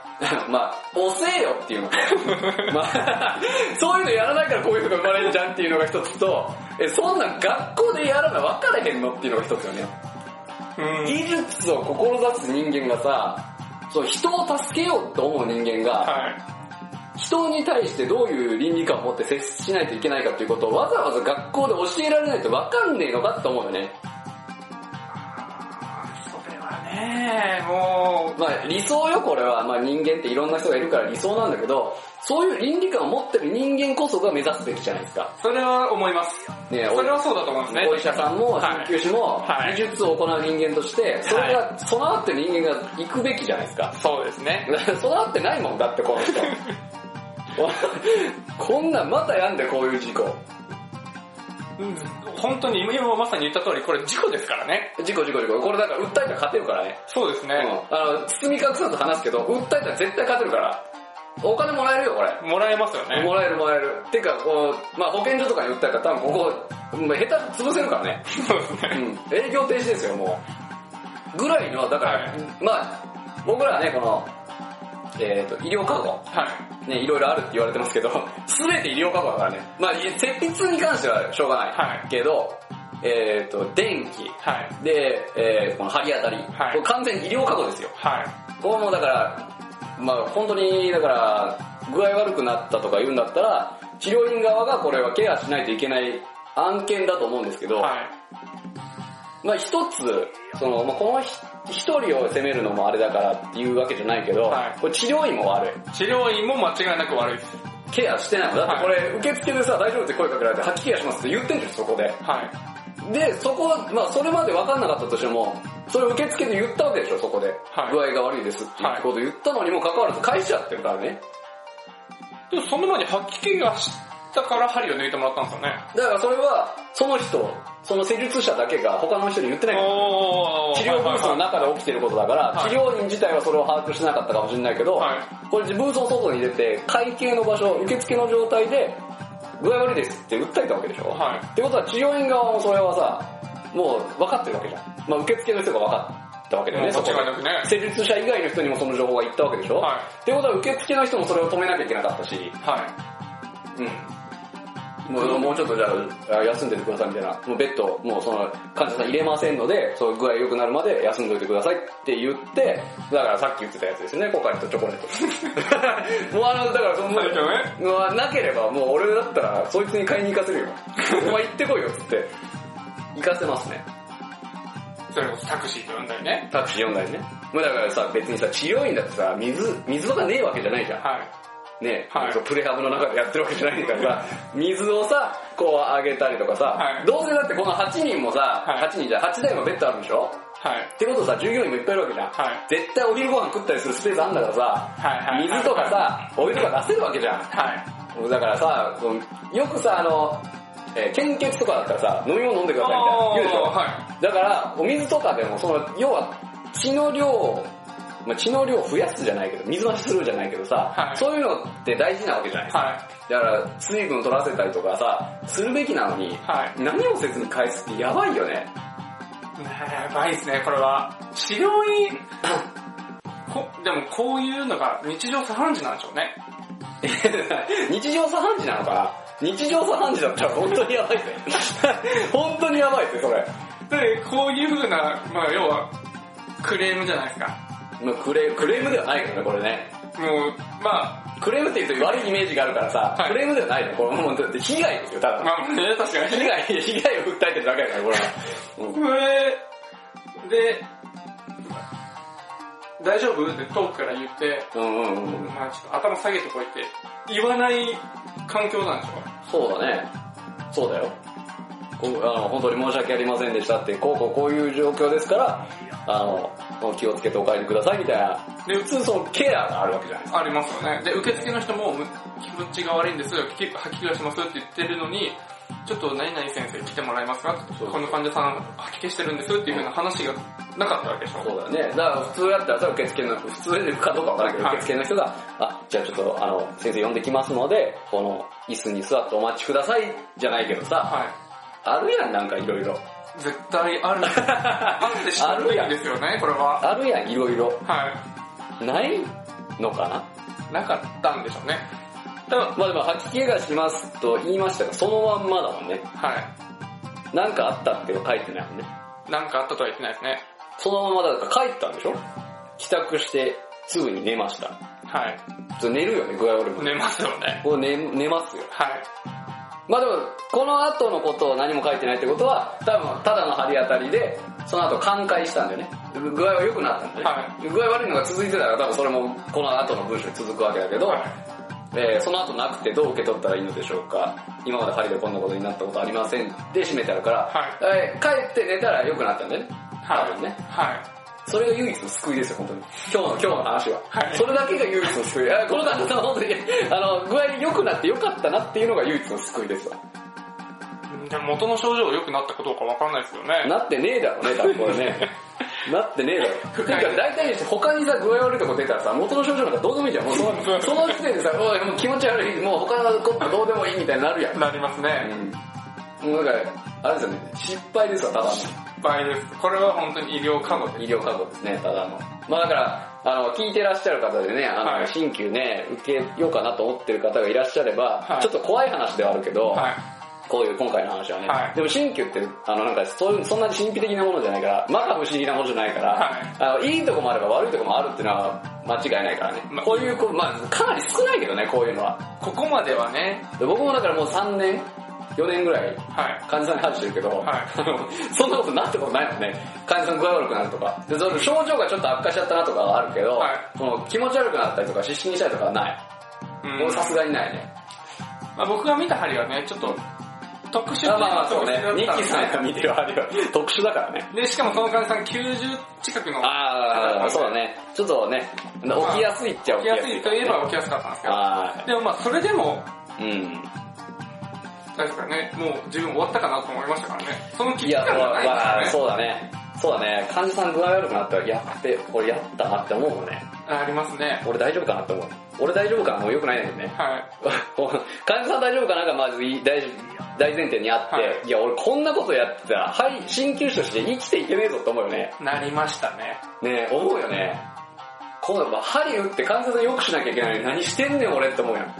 まあ、遅えよっていうのと、まあ、そういうのやらないからこういうのが生まれるじゃんっていうのが一つと、え、そんなん学校でやらな分かれへんのっていうのが一つよね。うん、技術を志す人間がさ、そう人を助けようと思う人間が、はい、人に対してどういう倫理観を持って接しないといけないかっていうことをわざわざ学校で教えられないと分かんねえのかって思うよね。 それはね、もう、 まあ理想よこれは、まあ人間っていろんな人がいるから理想なんだけど、そういう倫理観を持ってる人間こそが目指すべきじゃないですか。 それは思います。ね、それはそうだと思いますね。 お医者さんも鍼灸師も技術を行う人間として、それが備わってる人間が行くべきじゃないですか。 そうですね。 備わってないもんだってこの人。 こんなんまたやんでこういう事故。 うん、本当に今まさに言った通りこれ事故ですからね。 事故事故事故。これだから訴えたら勝てるからね。 そうですね。 うん、あの包み隠さず話すけど訴えたら絶対勝てるから。お金もらえるよこれ。 もらえますよね。 もらえるもらえる。てかこうまあ保健所とかに訴えたら多分ここ下手潰せるからね。 そうですね。 うん。営業停止ですよもう。ぐらいのだから、はい、まあ僕らはねこのえっ、ー、と医療過護。はい。ね、いろいろあるって言われてますけど、すべて医療過護だからね。まあ、設立に関してはしょうがない。はい。けど、えっ、ー、と、電気。はい。で、えー、この張り当たり。はい。これ完全に医療過護ですよ。はい。これもだから、まあ本当に、だから、具合悪くなったとか言うんだったら、治療院側がこれはケアしないといけない案件だと思うんですけど、はい。まあ一つ、その、まあ、この一人を責めるのもあれだからっていうわけじゃないけど、はい、これ治療院も悪い。 治療院も間違いなく悪いです。 ケアしてないもん。だってこれ、受付でさ、大丈夫って声かけられて、吐きケアしますって言ってんじゃん、そこで。はい。で、そこ、まあそれまで分かんなかったとしても、それ受付で言ったわけでしょ、そこで。はい。具合が悪いですっていうこと言ったのにもかかわらず返しちゃってるからね。 でもその前に吐き気がしたから針を抜いてもらったんですよね。 だからそれは、その人、その施術者だけが他の人に言ってないから。治療ブースの中で起きてることだから、はい、治療院自体はそれを把握してなかったかもしれないけど、はい、これブースの外に出て、会計の場所、受付の状態で、具合悪いですって訴えたわけでしょ、はい、ってことは治療院側もそれはさ、もう分かってるわけじゃん。まあ受付の人が分かったわけだよね、そこで。間違いなくね。施術者以外の人にもその情報が行ったわけでしょ、はい、ってことは受付の人もそれを止めなきゃいけなかったし、はい。うん。もう、もうちょっとじゃあ休んでてくださいみたいな、もうベッド、もうその患者さん入れませんので、そういう具合良くなるまで休んどいてくださいって言って、だからさっき言ってたやつですよね、コカリとチョコレート。もうあの、だからその、もうなければもう俺だったらそいつに買いに行かせるよ。お前行ってこいよっつって、行かせますね。 それこそタクシーと呼んだりね。 タクシー呼んだりね。もうだからさ、別にさ、治療院だってさ、水、水とかねえわけじゃないじゃん。はい。ね、はい、プレハブの中でやってるわけじゃないからさ、水をさ、こうあげたりとかさ、はい、どうせだってこのはちにんもさ、はい、はちにんじゃはちだいもベッドあるでしょ、はい、ってことはさ、従業員もいっぱいいるわけじゃん、はい、絶対お昼ご飯食ったりするスペースあるんだからさ、はい、水とかさ、はい、お湯とか出せるわけじゃん、はい、だからさ、よくさ、あの、えー、献血とかだったらさ、飲み物飲んでくださいみたいな言うでしょ、はい、だからお水とかでもその、要は血の量まあ、血の量を増やすじゃないけど、水増しするじゃないけどさ、はい、そういうのって大事なわけじゃないですか。はい、だから水分取らせたりとかさ、するべきなのに、はい、何をせずに返すってやばいよね。 やばいですね、これは。治療院こ、でもこういうのが日常茶飯事なんでしょうね。 日常茶飯事なのかな。日常茶飯事だったら本当にやばいぜ。本当にやばいぜ、それ。 で、こういう風な、まあ要は、クレームじゃないですか。 まあ、クレクレームではないけどね、これね。 もう、まあ、 クレームって言うと悪いイメージがあるからさ、はい、クレームではないの。これもうだって被害ですよ、ただ。 まあね、確かに。 被害、被害を訴えてるだけだから、これは。 うん、これ、で、大丈夫って遠くから言って、うんうんうん、まあちょっと頭下げてこいって言わない環境なんでしょ。そうだね。そうだよ。こうあの本当に申し訳ありませんでしたって、こうこうこういう状況ですから、あの、気をつけてお帰りくださいみたいな。で、普通そのケアがあるわけじゃないですか。 ありますよね。で、受付の人も気持ちが悪いんです、吐き気がしますって言ってるのに、ちょっと何々先生来てもらえますかって、この患者さん吐き気してるんですっていう風な話がなかったわけでしょ。 そうだね。だから普通だったらさ、受付の、普通でかどうかわからないけど、はい、受付の人が、あ、じゃあちょっとあの、先生呼んできますので、この椅子に座ってお待ちくださいじゃないけどさ、はい、あるやん、なんかいろいろ。 絶対ある。あってしかないんですよね、これは。 あるやん、いろいろ。はい。ないのかななかったんでしょうね。 まあでも吐き気がしますと言いましたが、そのまんまだもんね。はい。なんかあったって書いてないもんね。 なんかあったとは言ってないですね。 そのままだから帰ったんでしょ。帰宅してすぐに寝ました。はい。寝るよね、具合悪いもん。 寝ますよね。 こう寝、寝ますよ。はい。まあでも、この後のことを何も書いてないってことは、多分、ただの張り当たりで、その後寛解したんだよね。具合は良くなったんだよね。はい、具合悪いのが続いてたら、多分それもこの後の文章に続くわけだけど、はい、えー、その後なくてどう受け取ったらいいのでしょうか。今まで針でこんなことになったことありませんで締めてあるから、はい、えー、帰って寝たら良くなったんだよね。はい、多分ね。はい。 それが唯一の救いですよ、本当に。今日の、今日の話は。 はい、 それだけが唯一の救い。この方さん本当に、あの、具合良くなって良かったなっていうのが唯一の救いですわ。 でも元の症状が良くなったかどうかわかんないですよね。 なってねえだろうね、多分これね。なってねえだろ。っていうか大体他にさ、具合悪いとこ出たらさ、元の症状なんかどうでもいいじゃん。もうそのその時点でさ、おい、もう気持ち悪い、もう他のことどうでもいいみたいになるやん。 なりますね。 うん。もうなんか、あれですよね、失敗ですわ、ただの。 失敗です。これは本当に医療過誤です。 医療過誤ですね、ただの。まあだから、あの、聞いてらっしゃる方でね、あの、はい、鍼灸ね、受けようかなと思ってる方がいらっしゃれば、はい、ちょっと怖い話ではあるけど、はい、こういう今回の話はね、はい、でも鍼灸って、あのなんかそういう、そんなに神秘的なものじゃないから、まか不思議なものじゃないから、はい、あの、いいとこもあれば悪いとこもあるっていうのは間違いないからね。まあ、こういう、こうまあかなり少ないけどね、こういうのは。 ここまではね。 僕もだからもうさんねん、よねんぐらい、患者さんに話してるけど、はい、そんなことなったことないもんね。患者さん具合悪くなるとか。で、その症状がちょっと悪化しちゃったなとかはあるけど、はい、その気持ち悪くなったりとか失神したりとかはない。もうさすがにないね。 まあ、僕が見た針はね、ちょっと、特殊な。まあまあそうね。ニッキーさんが見てる針は特殊だからね。 で、しかもその患者さんきゅうじゅう近くの。 ああ、そうだね。ちょっとね、起きやすいっちゃ起きやすい、ね。 起きやすいといえば起きやすかったんですけど。でもまあそれでも、うん。大丈夫かね、もう自分終わったかなと思いましたからね。その危機感がないですからね。 そうだね。そうだね。患者さん具合悪くなったら、やって、これやったなって思うもんね。 ありますね。 俺大丈夫かなって思う。俺大丈夫かなもう良くないんだけどね。はい。患者さん大丈夫かながまず大大前提にあって、はい、いや俺こんなことやってたら、はい、鍼灸師として生きていけねえぞって思うよね。 なりましたね。 ねえ、思うよね。この、まあ、針打って患者さん良くしなきゃいけないのに何してんねん俺って思うやん。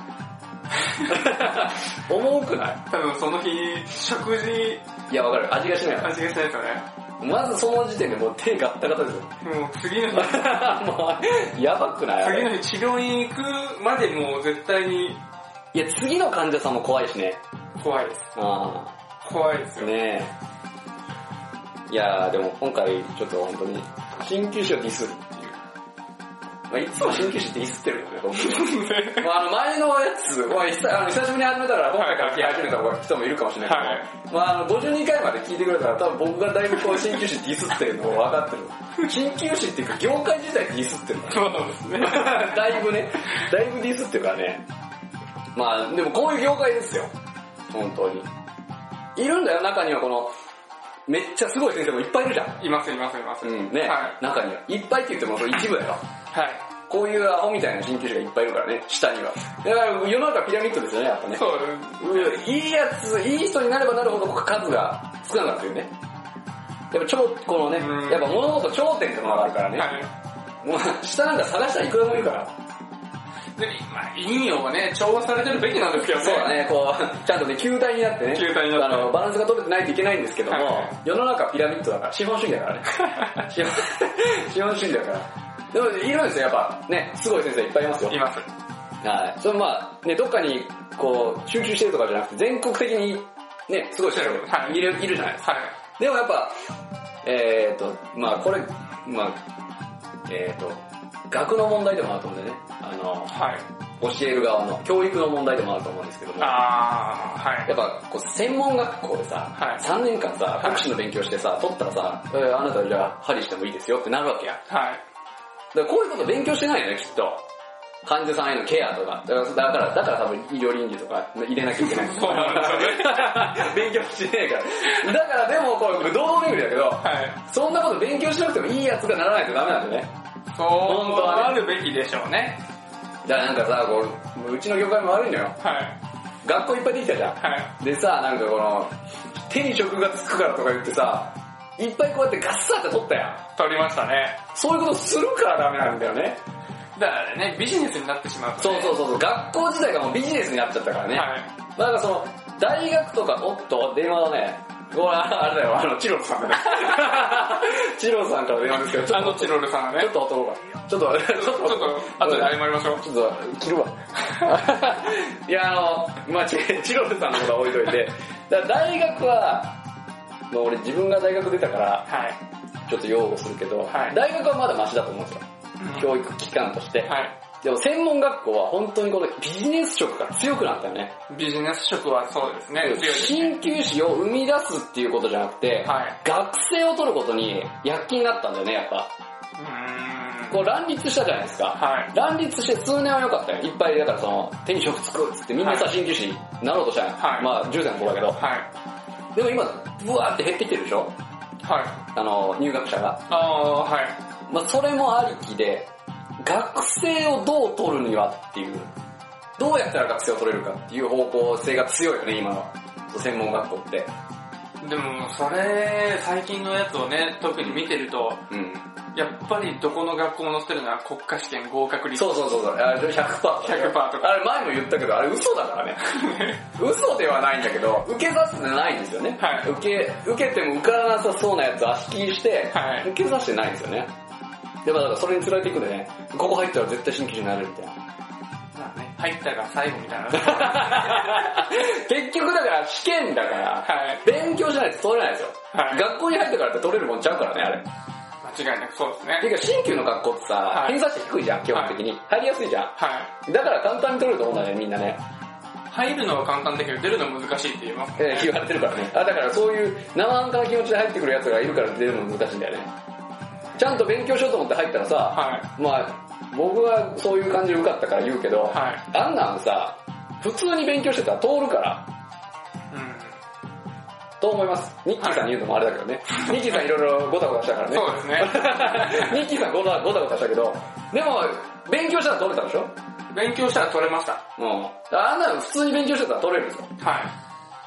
重くない？ 多分その日、食事... いや、わかる。味がしない。 味がしないですよね。 まずその時点でもう手ガッタガタですよ。 もう次の日。 もう、やばくない？ 次の日治療に行くまでもう絶対に... いや、次の患者さんも怖いしね。 怖いです。ああ。怖いですよ。 ねえ。いやー、でも今回ちょっと本当に、鍼灸師をディスるっていう。まあ、いつも鍼灸師ってディスってるよね、僕。まあ、あの前のやつ、まあ、久あの久しぶりに始めたら、今回から聞き始めた人もいるかもしれないけど、はい、まあ、あのごじゅうにかいまで聞いてくれたら、多分僕がだいぶこう鍼灸師ディスってるのを分かってる。鍼灸師っていうか、業界自体ディスってるから。 そうですね。 だいぶね、だいぶディスってるからね。まあ、でもこういう業界ですよ。本当に。いるんだよ、中にはこの、めっちゃすごい先生もいっぱいいるじゃん。 いますいますいます。 うん、ね、はい、中には。いっぱいって言ってもそれ一部だよ。はい。こういうアホみたいな鍼灸師がいっぱいいるからね、下には。だから世の中ピラミッドですよね、やっぱね。そう。いいやつ、いい人になればなるほど数が少なくなってるね。やっぱ超、このね、やっぱ物事頂点ってのがあるからね。はい。もう下なんか探したらいくらもいるから。 で、まあ、陰陽はね、調和されてるべきなんですけどね。 そうだね、こう、ちゃんとね、球体になってね。 球体になって。 あの、バランスが取れてないといけないんですけども、はい、世の中ピラミッドだから、資本主義だからね。資本資本主義だから。でも、いるんですよ、やっぱ。ね、すごい先生いっぱいいますよ。 います。 はい。それまあ、ね、どっかに、こう、集中してるとかじゃなくて、全国的に、ね、すごい人がいる、いるじゃないですか。はい。でもやっぱ、えーと、まあ、これ、まあ、えーと、学の問題でもあると思うんでね。あの、はい、教える側の教育の問題でもあると思うんですけども、あはい、やっぱこう専門学校でさ、はい、さんねんかんさ、国試の勉強してさ、取ったらさ、えー、あなたじゃあ針してもいいですよってなるわけや。はい、だからこういうこと勉強してないよね、きっと。患者さんへのケアとか。だから、だから、だから多分医療倫理とか入れなきゃいけない。そうなんですよね。勉強してねえから。だからでもこれ、堂々巡りだけど、はい、そんなこと勉強しなくてもいいやつがならないとダメなんだよね。 そう、本当はあるべきでしょうね。 だからなんかさ、こう、うちの業界も悪いのよ。はい。学校いっぱいできたじゃん。はい。でさ、なんかこの、手に職がつくからとか言ってさ、いっぱいこうやってガッサーって取ったやん。 取りましたね。 そういうことするからダメなんだよね。 だからね、ビジネスになってしまうと、 ね。そうそうそう、学校自体がもうビジネスになっちゃったからね。はい。まあなんかその、大学とか、おっと、電話のね、これあれだよ、あの、チロルさんだね。チロルさんから電話ですけど、ちょっと。 あのチロルさんがね。 ちょっと男が。ちょっと、ちょっと、 ちょっと、後で謝りましょう。 ちょっと、切るわ。いや、あの、まあチロルさんのことは置いといて、だから大学は、もう俺自分が大学出たから、はい、ちょっと擁護するけど、はい、大学はまだマシだと思うんですよ。うん、教育機関として。はい、でも専門学校は本当にこのビジネス色が強くなったよね。 ビジネス色はそうですね。強いですね。鍼灸師を生み出すっていうことじゃなくて、はい、学生を取ることに躍起になったんだよね、やっぱ。 こう乱立したじゃないですか。はい。乱立して数年は良かったよ。いっぱい、だからその、手に職つくっつってみんなさ、鍼灸師になろうとしたんや。はい。まあ、じゅう代の子だけど。はい。でも今、ブワーって減ってきてるでしょ。はい。あの、入学者が。ああ、はい。まあ、それもありきで、学生をどう取るにはっていう、どうやったら学生を取れるかっていう方向性が強いよね、今の専門学校って。 でも、それ、最近のやつをね、特に見てると、うん、やっぱりどこの学校も載せてるのは国家試験合格率。 そうそうそうそう、あれ ひゃくパーセント。ひゃくパーセント とか。あれ前も言ったけど、あれ嘘だからね。嘘ではないんだけど、受けさせてないんですよね。はい、受け、受けても受からなさそうなやつ足切りして、はい、受けさせてないんですよね。でもだからそれに釣られていくんでね、ここ入ったら絶対新規師になれるみたいな。 まあね、入ったが最後みたいな。 結局だから試験だから、はい、勉強しないと取れないですよ。はい、学校に入ったからって取れるもんちゃうからね、あれ。 間違いなくそうですね。 ていうか新旧の学校ってさ、はい、偏差値低いじゃん、基本的に。はい、入りやすいじゃん。はい、だから簡単に取れると思うんだね、みんなね。 入るのは簡単だけど出るの難しいって言いますね。 えー、言われてるからね。あ、だからそういう生半可な気持ちで入ってくる奴がいるから出るの難しいんだよね。ちゃんと勉強しようと思って入ったらさ、はい、まあ僕はそういう感じで受かったから言うけど、はい、あんなんさ、普通に勉強してたら通るから、うん、と思います。ニッキーさんに言うのもあれだけどね。はい、ニッキーさんいろいろゴタゴタしたからね。 そうですね。 ニッキーさんゴタゴタゴタしたけど、でも勉強したら取れたでしょ？ 勉強したら取れました。 うん。あんなの普通に勉強してたら取れるんですよ。はい。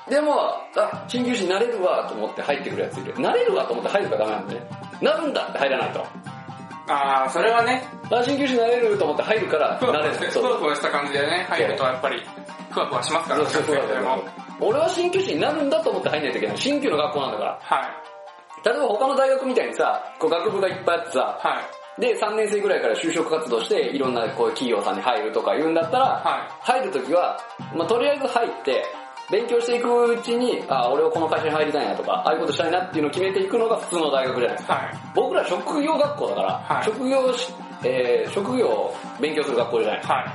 でも、あ、鍼灸師になれるわと思って入ってくるやついる。なれるわと思って入るからダメなんでね。なるんだって入らないと。 ああ、それはね。 あ、鍼灸師になれると思って入るからなれる。 ふわふわした感じでね、入るとやっぱり、ふわふわしますからね。そうそうそう。 俺は鍼灸師になるんだと思って入んないといけない。鍼灸の学校なんだから。はい。例えば他の大学みたいにさ、こう学部がいっぱいあってさ、はい。で、さんねん生ぐらいから就職活動して、いろんなこう企業さんに入るとか言うんだったら、はい、入るときは、まあとりあえず入って、勉強していくうちに、あ、俺はこの会社に入りたいなとか、ああいうことしたいなっていうのを決めていくのが普通の大学じゃないですか。はい、僕ら職業学校だから、はい、職業し、えー、職業を勉強する学校じゃない。はい、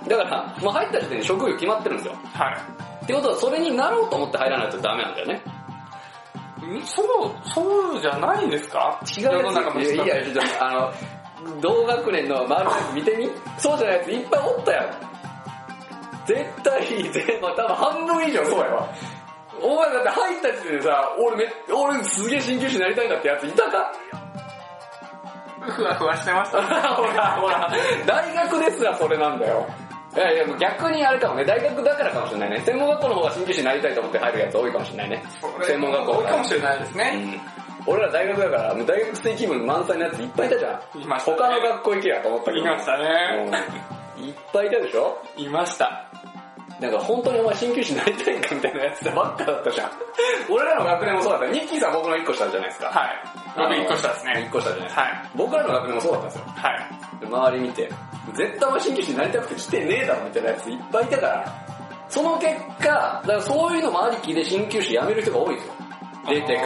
だから、まあ入った時点で職業決まってるんですよ。はい。ってことは、それになろうと思って入らないとダメなんだよね。 そう、そうじゃないんですか？ 違うやつ。いやいや、ちょっと、あの、同学年の周りのやつ見てみ？そうじゃないやついっぱいおったよ。絶対、全部、多分半分以上そうやわ。お前だって入った時点でさ、俺め、俺すげえ鍼灸師になりたいんだってやついたか？ ふわふわしてました。 ほら、ほら、大学ですらそれなんだよ。いやいや、逆にあれかもね、大学だからかもしれないね。専門学校の方が鍼灸師になりたいと思って入るやつ多いかもしれないね。専門学校多いかもしれないですね。 うん、俺ら大学だから、もう大学生気分満載のやついっぱいいたじゃん。いましたね。他の学校行けやと思ったけど。 いましたね。 うん、いっぱいいたでしょ？ いました。 なんか本当にお前鍼灸師になりたいんかみたいなやつばっかだったじゃん。俺らの学年もそうだった。ニッキーさん僕のいっこ下じゃないですか。 はい。僕いっこ下ですね。 いっこ下じゃないですか。はい。僕らの学年もそうだったんですよ。はい。周り見て、絶対お前鍼灸師になりたくて来てねえだろみたいなやついっぱいいたから、その結果、だからそういうのもありきで鍼灸師辞める人が多いんですよ。出てから。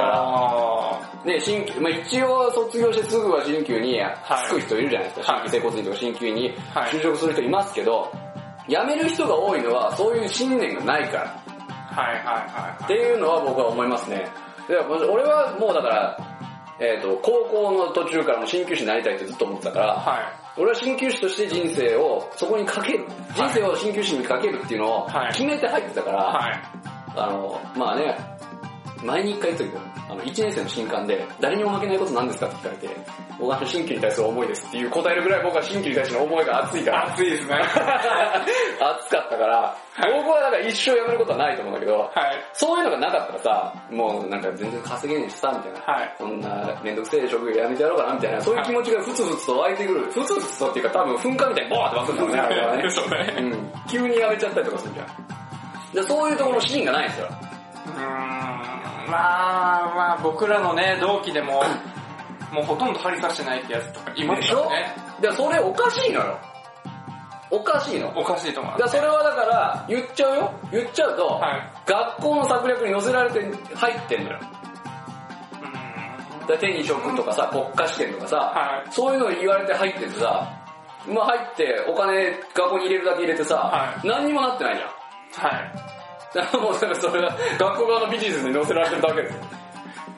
ね、鍼灸、まあ一応卒業してすぐは鍼灸に就く人いるじゃないですか。鍼灸整骨院とか鍼灸院に就職する人いますけど、辞める人が多いのはそういう信念がないから。はいはいはい。っていうのは僕は思いますね。で俺はもうだから、えっと、高校の途中からも鍼灸師になりたいってずっと思ってたから、はい、俺は鍼灸師として人生をそこにかける、人生を鍼灸師にかけるっていうのを決めて入ってたから、はい、あの、まあね、前に一回言ったけど、あの、一年生の新刊で、誰にも負けないことなんですかって聞かれて、僕は鍼灸に対する思いですっていう答えるぐらい僕は鍼灸に対する思いが熱いから。 熱いですね。熱かったから、はい、僕はだから一生やめることはないと思うんだけど、はい、そういうのがなかったらさ、もうなんか全然稼げねえしさ、みたいな。はい、そんなめんどくせえ職業やめてやろうかな、みたいな。そういう気持ちがふつふつと湧いてくる。ふつふつとっていうか多分噴火みたいにボーって湧くんだろうね、あれはね。 そうね。 うん。急にやめちゃったりとかするじゃん。でそういうところのシーンがないんですよ。 うーん。まあまあ僕らのね、同期でも、もうほとんど針刺してないってやつとかいますからね。 でしょ？で、それおかしいのよ。おかしいの。 おかしいと思う、ね。 だそれはだから、言っちゃうよ。言っちゃうと、はい、学校の策略に載せられて入ってんのよ。うん。だ手に職とかさ、国家試験とかさ、はい、そういうの言われて入っててさ、まあ入ってお金学校に入れるだけ入れてさ、はい、何にもなってないじゃん。はい。だからもうそれが学校側のビジネスに載せられてるだけですよ。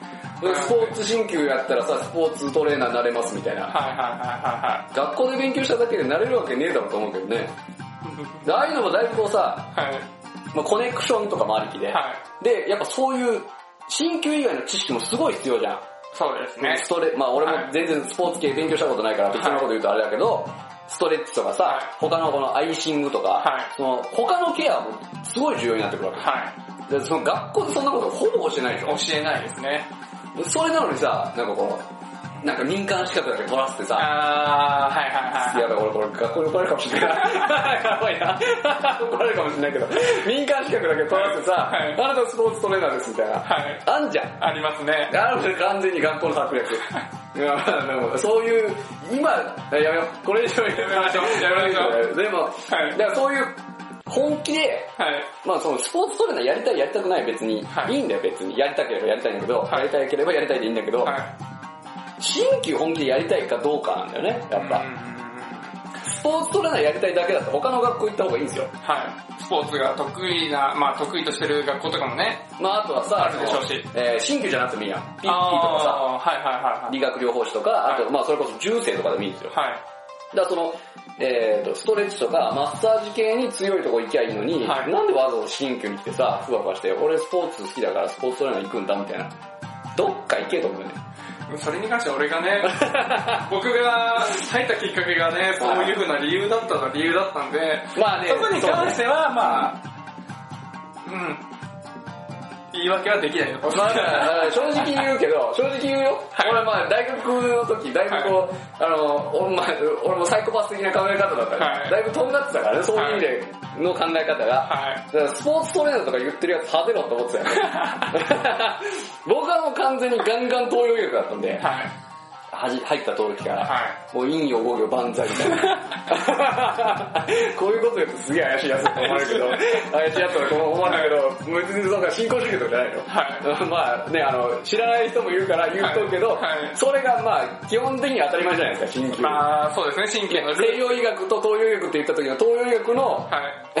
スポーツ進級やったらさ、スポーツトレーナーになれますみたいな。 はいはいはいはい。 学校で勉強しただけでなれるわけねえだろうと思うけどね。ああいうのもだいぶこうさ、 はい、 まあ、コネクションとかもありきで、はい、で、やっぱそういう進級以外の知識もすごい必要じゃん。 そうですね。 ストレまあ俺も全然スポーツ系勉強したことないから適当なこと言うとあれだけど、はい、ストレッチとかさ、はい、他のこのアイシングとか、はい、その他のケアもすごい重要になってくるわけ。はい、でその学校でそんなことほぼ教えないでしょ。 教えないですね。 それなのにさ、なんかこう、なんか民間資格だけ取らせてさ、 あー、はいはいはい。 やばい、俺これ学校に怒られるかもしれない。やばいな。怒られるかもしれないけど、民間資格だけ取らせてさ、はい、あなたスポーツトレーナーですみたいな。はい、あんじゃん。 ありますね。 あるね、完全に学校の策略。いやそういう、今、やめよう。これ以上やめましょう。やめましょう。でも、はい、だからそういう、本気で、はい、まあそのスポーツトレーナーやりたいやりたくない別に、はい、いいんだよ別に。やりたければやりたいんだけど、はい、やりたければやりたいでいいんだけど、はい、新旧本気でやりたいかどうかなんだよね、やっぱ。スポーツトレーナーやりたいだけだと他の学校行った方がいいんですよ。 はい。スポーツが得意な、まあ得意としてる学校とかもね。 まああとはさ、 あるでしょうし。 えー、新旧じゃなくてもいいやん。ピッピーとかさ、 はいはいはいはい、 理学療法士とか、あと、はい、まあそれこそ重生とかでもいいんですよ。はい。だからその、えーと、ストレッチとかマッサージ系に強いとこ行きゃいいのに、はい、なんでわざわざ新旧に来てさ、ふわふわして、俺スポーツ好きだからスポーツトレーナー行くんだみたいな。どっか行けと思うよね。 それに関しては俺がね、僕が入ったきっかけがね、そういう風な理由だったの理由だったんで、まあね、そこに関しては、まあ、うん。言い訳はできないよ。 まあ、正直言うけど、正直言うよ。はい、俺まあ大学の時、だいぶこう、はい、あの、俺, まあ、俺もサイコパス的な考え方だったから、はい、だいぶとんがってたからね、そういう意味での考え方が。はい、だからスポーツトレーナーとか言ってるやつ派手ろって思ってたよね。僕はもう完全にガンガン東洋医学だったんで、はい、はじ入った時から、はい、もう陰陽五行万歳みたいな。こういうこと言うとすげえ怪しいやつだと思われるけど、怪しいやつだと思わないけど、別にそうか新興宗教とかじゃないの。はい、まあね、あの、知らない人もいるから言うとくけど、はいはい、それがまあ、基本的に当たり前じゃないですか、新旧。 まあ、そうですね、新旧の。 西洋医学と東洋医学って言った時の東洋医学の、はい、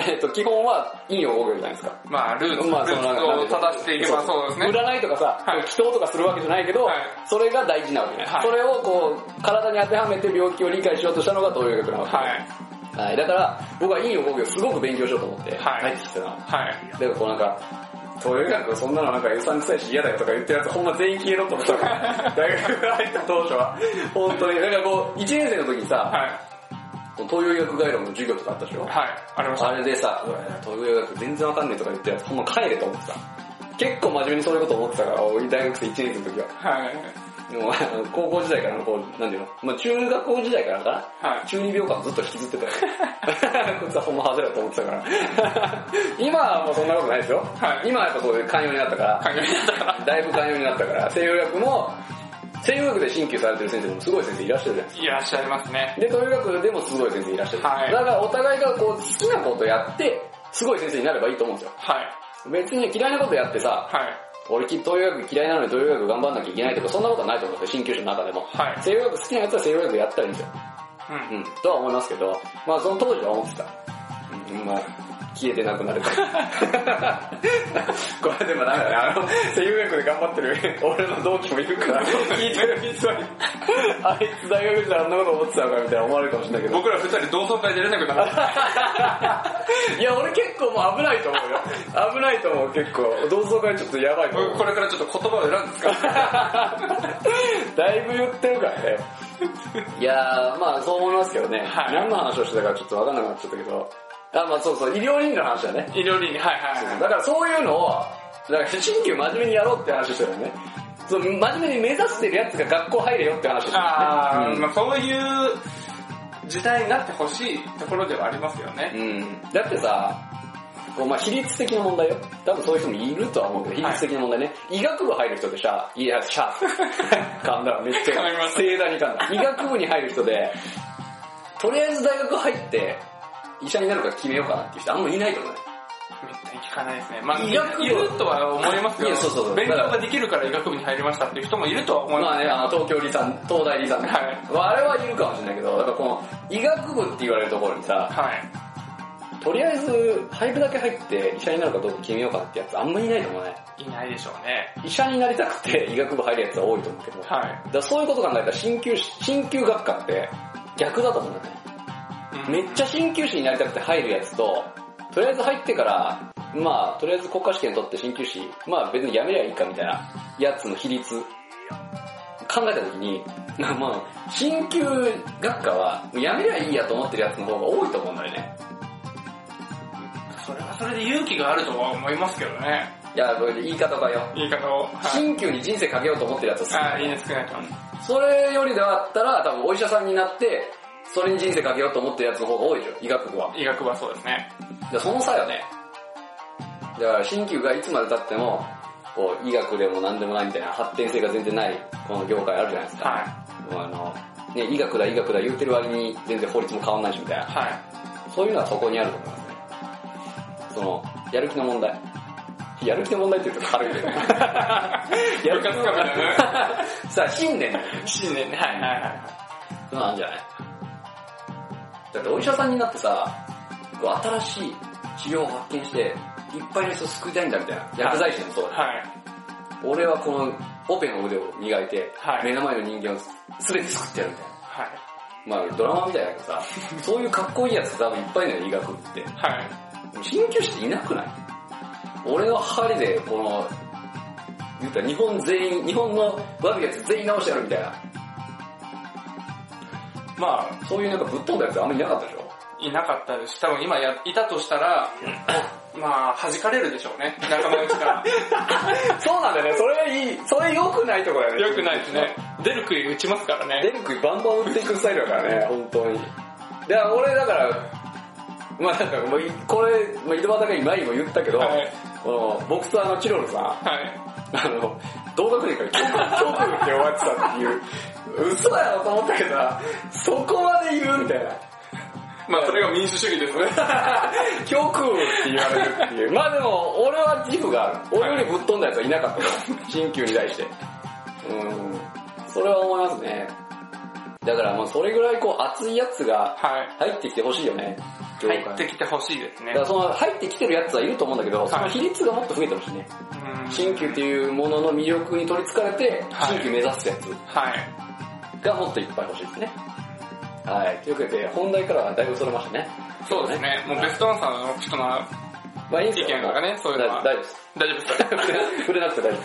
えっと、基本は陰陽五行じゃないですか。 まあ、ルーツ、まあ、そのルーツを正していけばそうですね。 占いとかさ、はい、祈祷とかするわけじゃないけど、はい、それが大事なわけね。はい、それをこう、体に当てはめて病気を理解しようとしたのが東洋医学なわけ。はい。はい。だから、僕は陰陽五行すごく勉強しようと思って、入ってきたの。はい。だからこうなんか、東洋医学そんなのなんかうさんくさいし嫌だよとか言ってるやつほんま全員消えろと思ったから、大学から入った当初は。本当に。だからこう、いちねん生の時にさ、はい、東洋医学概論の授業とかあったでしょ。はい。ありました。あれでさ、東洋医学全然わかんねえとか言ってるやつほんま帰れと思ってた。結構真面目にそういうこと思ってたから、大学生いちねん生の時は。はい。でも高校時代からのこう、なんていうの、まあ中学校時代からかな、はい、中二病感ずっと引きずってたよ。こいつはほんま外れだと思ってたから。今はもうそんなことないですよ。はい、今はやっぱこう寛容になったから、寛容になったから、だいぶ寛容になったから、西洋医学も、西洋医学で進級されてる先生でもすごい先生いらっしゃるじゃないですか。 いらっしゃいますね。 で、東洋医学でもすごい先生いらっしゃる。はい、だからお互いがこう好きなことやって、すごい先生になればいいと思うんですよ。はい。別に嫌いなことやってさ、はい。俺東洋医学嫌いなのに東洋医学頑張んなきゃいけないとかそんなことはないと思うんですよ、新級者の中でも。はい。西洋医学好きなやつは西洋医学やったらいいんですよ。うん。うん。とは思いますけど、まあその当時は思ってた。うん、まあ、消えてなくなるから。これでもなんだね、あの、西洋医学で頑張ってる俺の同期もいるから、聞いてる人に、あいつ大学時代あんなこと思ってたのかみたいな思われるかもしれないけど。 僕ら二人同窓会出れなくなる。 いや、俺結構もう危ないと思うよ。危ないと思う、結構。同窓会ちょっとやばいと思う。 これからちょっと言葉を選んですかだいぶ言ってるからね。いやー、まあそう思いますけどね。はい、何の話をしてたかちょっとわかんなくなっちゃったけど。あ、まあそうそう、医療倫理の話だね。 医療倫理、はいはい、はい。 だからそういうのを、だから新旧真面目にやろうって話してるよね。そう、真面目に目指してるやつが学校入れよって話してるよね。 あー、うん、まあそういう時代になってほしいところではありますよね。 うん。だってさ、こうまあ比率的な問題よ。多分そういう人もいるとは思うけど、比率的な問題ね。はい、医学部入る人でしゃ、いや、しゃ、噛んだめっちゃ、盛大に噛んだ。医学部に入る人で、とりあえず大学入って、医者になるか決めようかなっていう人あんまりいないと思うね。 めったに聞かないですね。まあ、医学部いるとは思いますけど、いやそうそうそう勉強ができるから医学部に入りましたっていう人もいるとは思います、ね。 まあね、あの東京理産、東大理産、ね、はい。あれはいるかもしれないけど、だからこの医学部って言われるところにさ、はい。 とりあえず入るだけ入って医者になるかどうか決めようかってやつあんまりいないと思うね。 いないでしょうね。 医者になりたくて医学部入るやつは多いと思うけど、 はい。 だからそういうこと考えたら鍼灸師、鍼灸学科って逆だと思うんだよね。うん、めっちゃ鍼灸師になりたくて入るやつと、とりあえず入ってから、まあ、とりあえず国家試験取って鍼灸師、まあ別にやめりゃいいかみたいなやつの比率、考えたときに、まあ、鍼灸学科はやめりゃいいやと思ってるやつの方が多いと思うんだよね。 それはそれで勇気があるとは思いますけどね。 いや、これ言い方がよ。 言い方を。 鍼灸に人生かけようと思ってるやつは少ない。 ああ、いいね、少ないと思う。 それよりであったら、多分お医者さんになって、それに人生かけようと思ってるやつの方が多いでしょ、医学部は。 医学部はそうですね。 でその差よね。だから鍼灸がいつまで経っても、こう医学でも何でもないみたいな発展性が全然ないこの業界あるじゃないですか。 はい。 もうあのね、医学だ医学だ言うてる割に全然法律も変わんないしみたいな。 はい。 そういうのはそこにあると思いますね。そのやる気の問題。やる気の問題って言うと軽いけど。やる気の問題ね。さあ信念。 信念ね。はいはいはい。 そうなんじゃない？だってお医者さんになってさ、こう新しい治療を発見していっぱいの人を救いたいんだみたいな。薬剤師でもそうだ、 はい。 俺はこのオペの腕を磨いて、 はい、 目の前の人間を全て救ってやるみたいな。 はい。 まあドラマみたいだけどさ、そういうかっこいいやつ多分いっぱいいるのよ、医学部って。 はい。 鍼灸師っていなくない？俺の針でこの、言ったら日本全員、日本の悪いやつ全員直してやるみたいな。まあ、そういうなんかぶっ飛んだやつあんまりいなかったでしょ？ いなかったですし、多分今やいたとしたら、まあ、弾かれるでしょうね、仲間内から。 そうなんだよね、それいい、それ良くないところだよね。 良くないですね。出る杭打ちますからね。 出る杭バンバン打っていくスタイルだからね、本当に。で、俺だから、まあなんかもう、これ、まあ、井戸端が今にも言ったけど、はい、このボクサーのチロルさん、はい、あの、同学年から極右って終わってたっていう、嘘だよと思ったけどさ、そこまで言うみたいな。 まあそれが民主主義ですね。 極右って言われるっていう。まあでも、俺は自負がある。俺よりぶっ飛んだやつはいなかったよ。鍼灸に対して。うん。それは思いますね。だからもうそれぐらいこう熱いやつが入ってきてほしいよね。 入ってきてほしいですね。 だからその入ってきてるやつはいると思うんだけど、はい、その比率がもっと増えてほしいね。鍼灸っていうものの魅力に取り憑かれて、鍼灸目指すやつがもっといっぱい欲しいですね。はい。というわけで、本題からはだいぶそれましたね。 そうですね。もうベストアンサーの人のまあいい意見がね、そういうのは。 大丈夫です。 大丈夫ですか？ 触れなくて大丈夫です。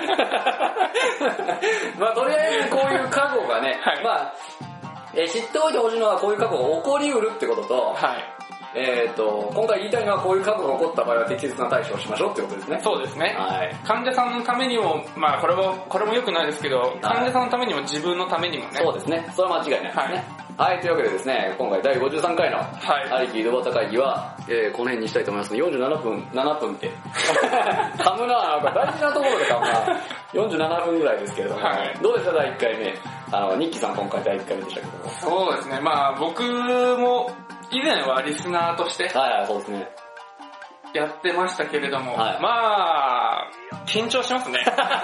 まあとりあえずこういう過去がね、はい、まあ、えー、知っておいてほしいのはこういう過去が起こりうるってことと、はい。えっ、ー、と、今回言いたいのはこういう過去が起こった場合は適切な対処をしましょうってことですね。 そうですね。 はい。 患者さんのためにも、まあこれは、これも良くないですけど、患者さんのためにも自分のためにもね。 そうですね。それは間違いないですね。はい。はい、というわけでですね、今回だいごじゅうさんかいの、はい。ありき井戸端会議は、えー、この辺にしたいと思いますので、よんじゅうななふん、ななふんって。噛むなぁ、なんか大事なところで噛むなぁ。よんじゅうななふんぐらいですけれども、はい、どうでしただいいっかいめ。あの、ニッキーさん今回だいいっかいめでしたけども。 そうですね、まあ僕も、以前はリスナーとして、 はいはい、そうですね。 やってましたけれども、 はい、 まあ、緊張しますね。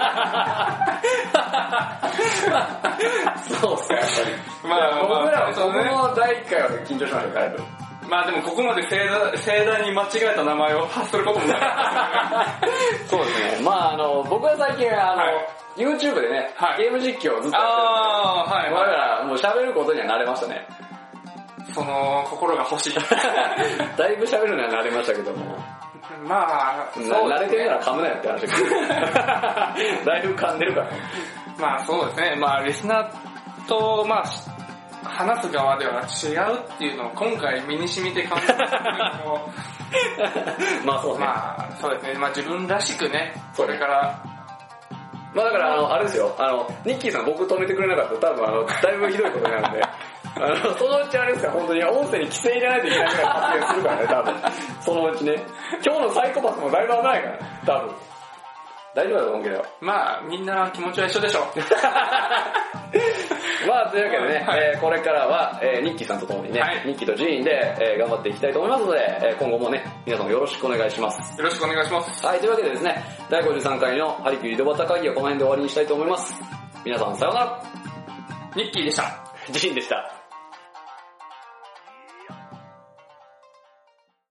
そうっすね、やっぱり。まあ、僕らはそのだいいっかいは緊張しましたよ、だいぶ。 まあでもここまで盛大、盛大に間違えた名前を発することもなかったですね。そうですね。まああの、僕は最近あの、はい、YouTube でね、はい、ゲーム実況をずっとやってるんで、 あー、はい、 だからもう喋ることには慣れましたね。 その心が欲しい。 だいぶ喋るのは慣れましたけども。 まあ、 そう、ね、慣れてるなら噛むなよって話ですけど。だいぶ噛んでるから。 まあそうですね。まあリスナーと、まあ、話す側では違うっていうのを今回身に染みて感じたんですけどまあそうね。 まあそうですね。まあ自分らしくね、それから、 まあだからあの、あれですよ、あの、ニッキーさん僕止めてくれなかったら多分あの、だいぶひどいことになるんで、あの、そのうちあれですよ、本当に音声に規制入れないといけないぐらい発言するからね、多分。そのうちね。今日のサイコパスもだいぶ危ないから、多分。大丈夫だと思うけど。 まあ、みんな気持ちは一緒でしょう。 まあ、というわけでね、はい、えー、これからは、えー、ニッキーさんと共にね、はい、ニッキーとジーンで、えー、頑張っていきたいと思いますので、えー、今後もね、皆さんもよろしくお願いします。 よろしくお願いします。 はい、というわけでですね、だいごじゅうさんかいのハリキュー井戸端会議はこの辺で終わりにしたいと思います。皆さんさようなら。 ニッキーでした。 ジーンでした。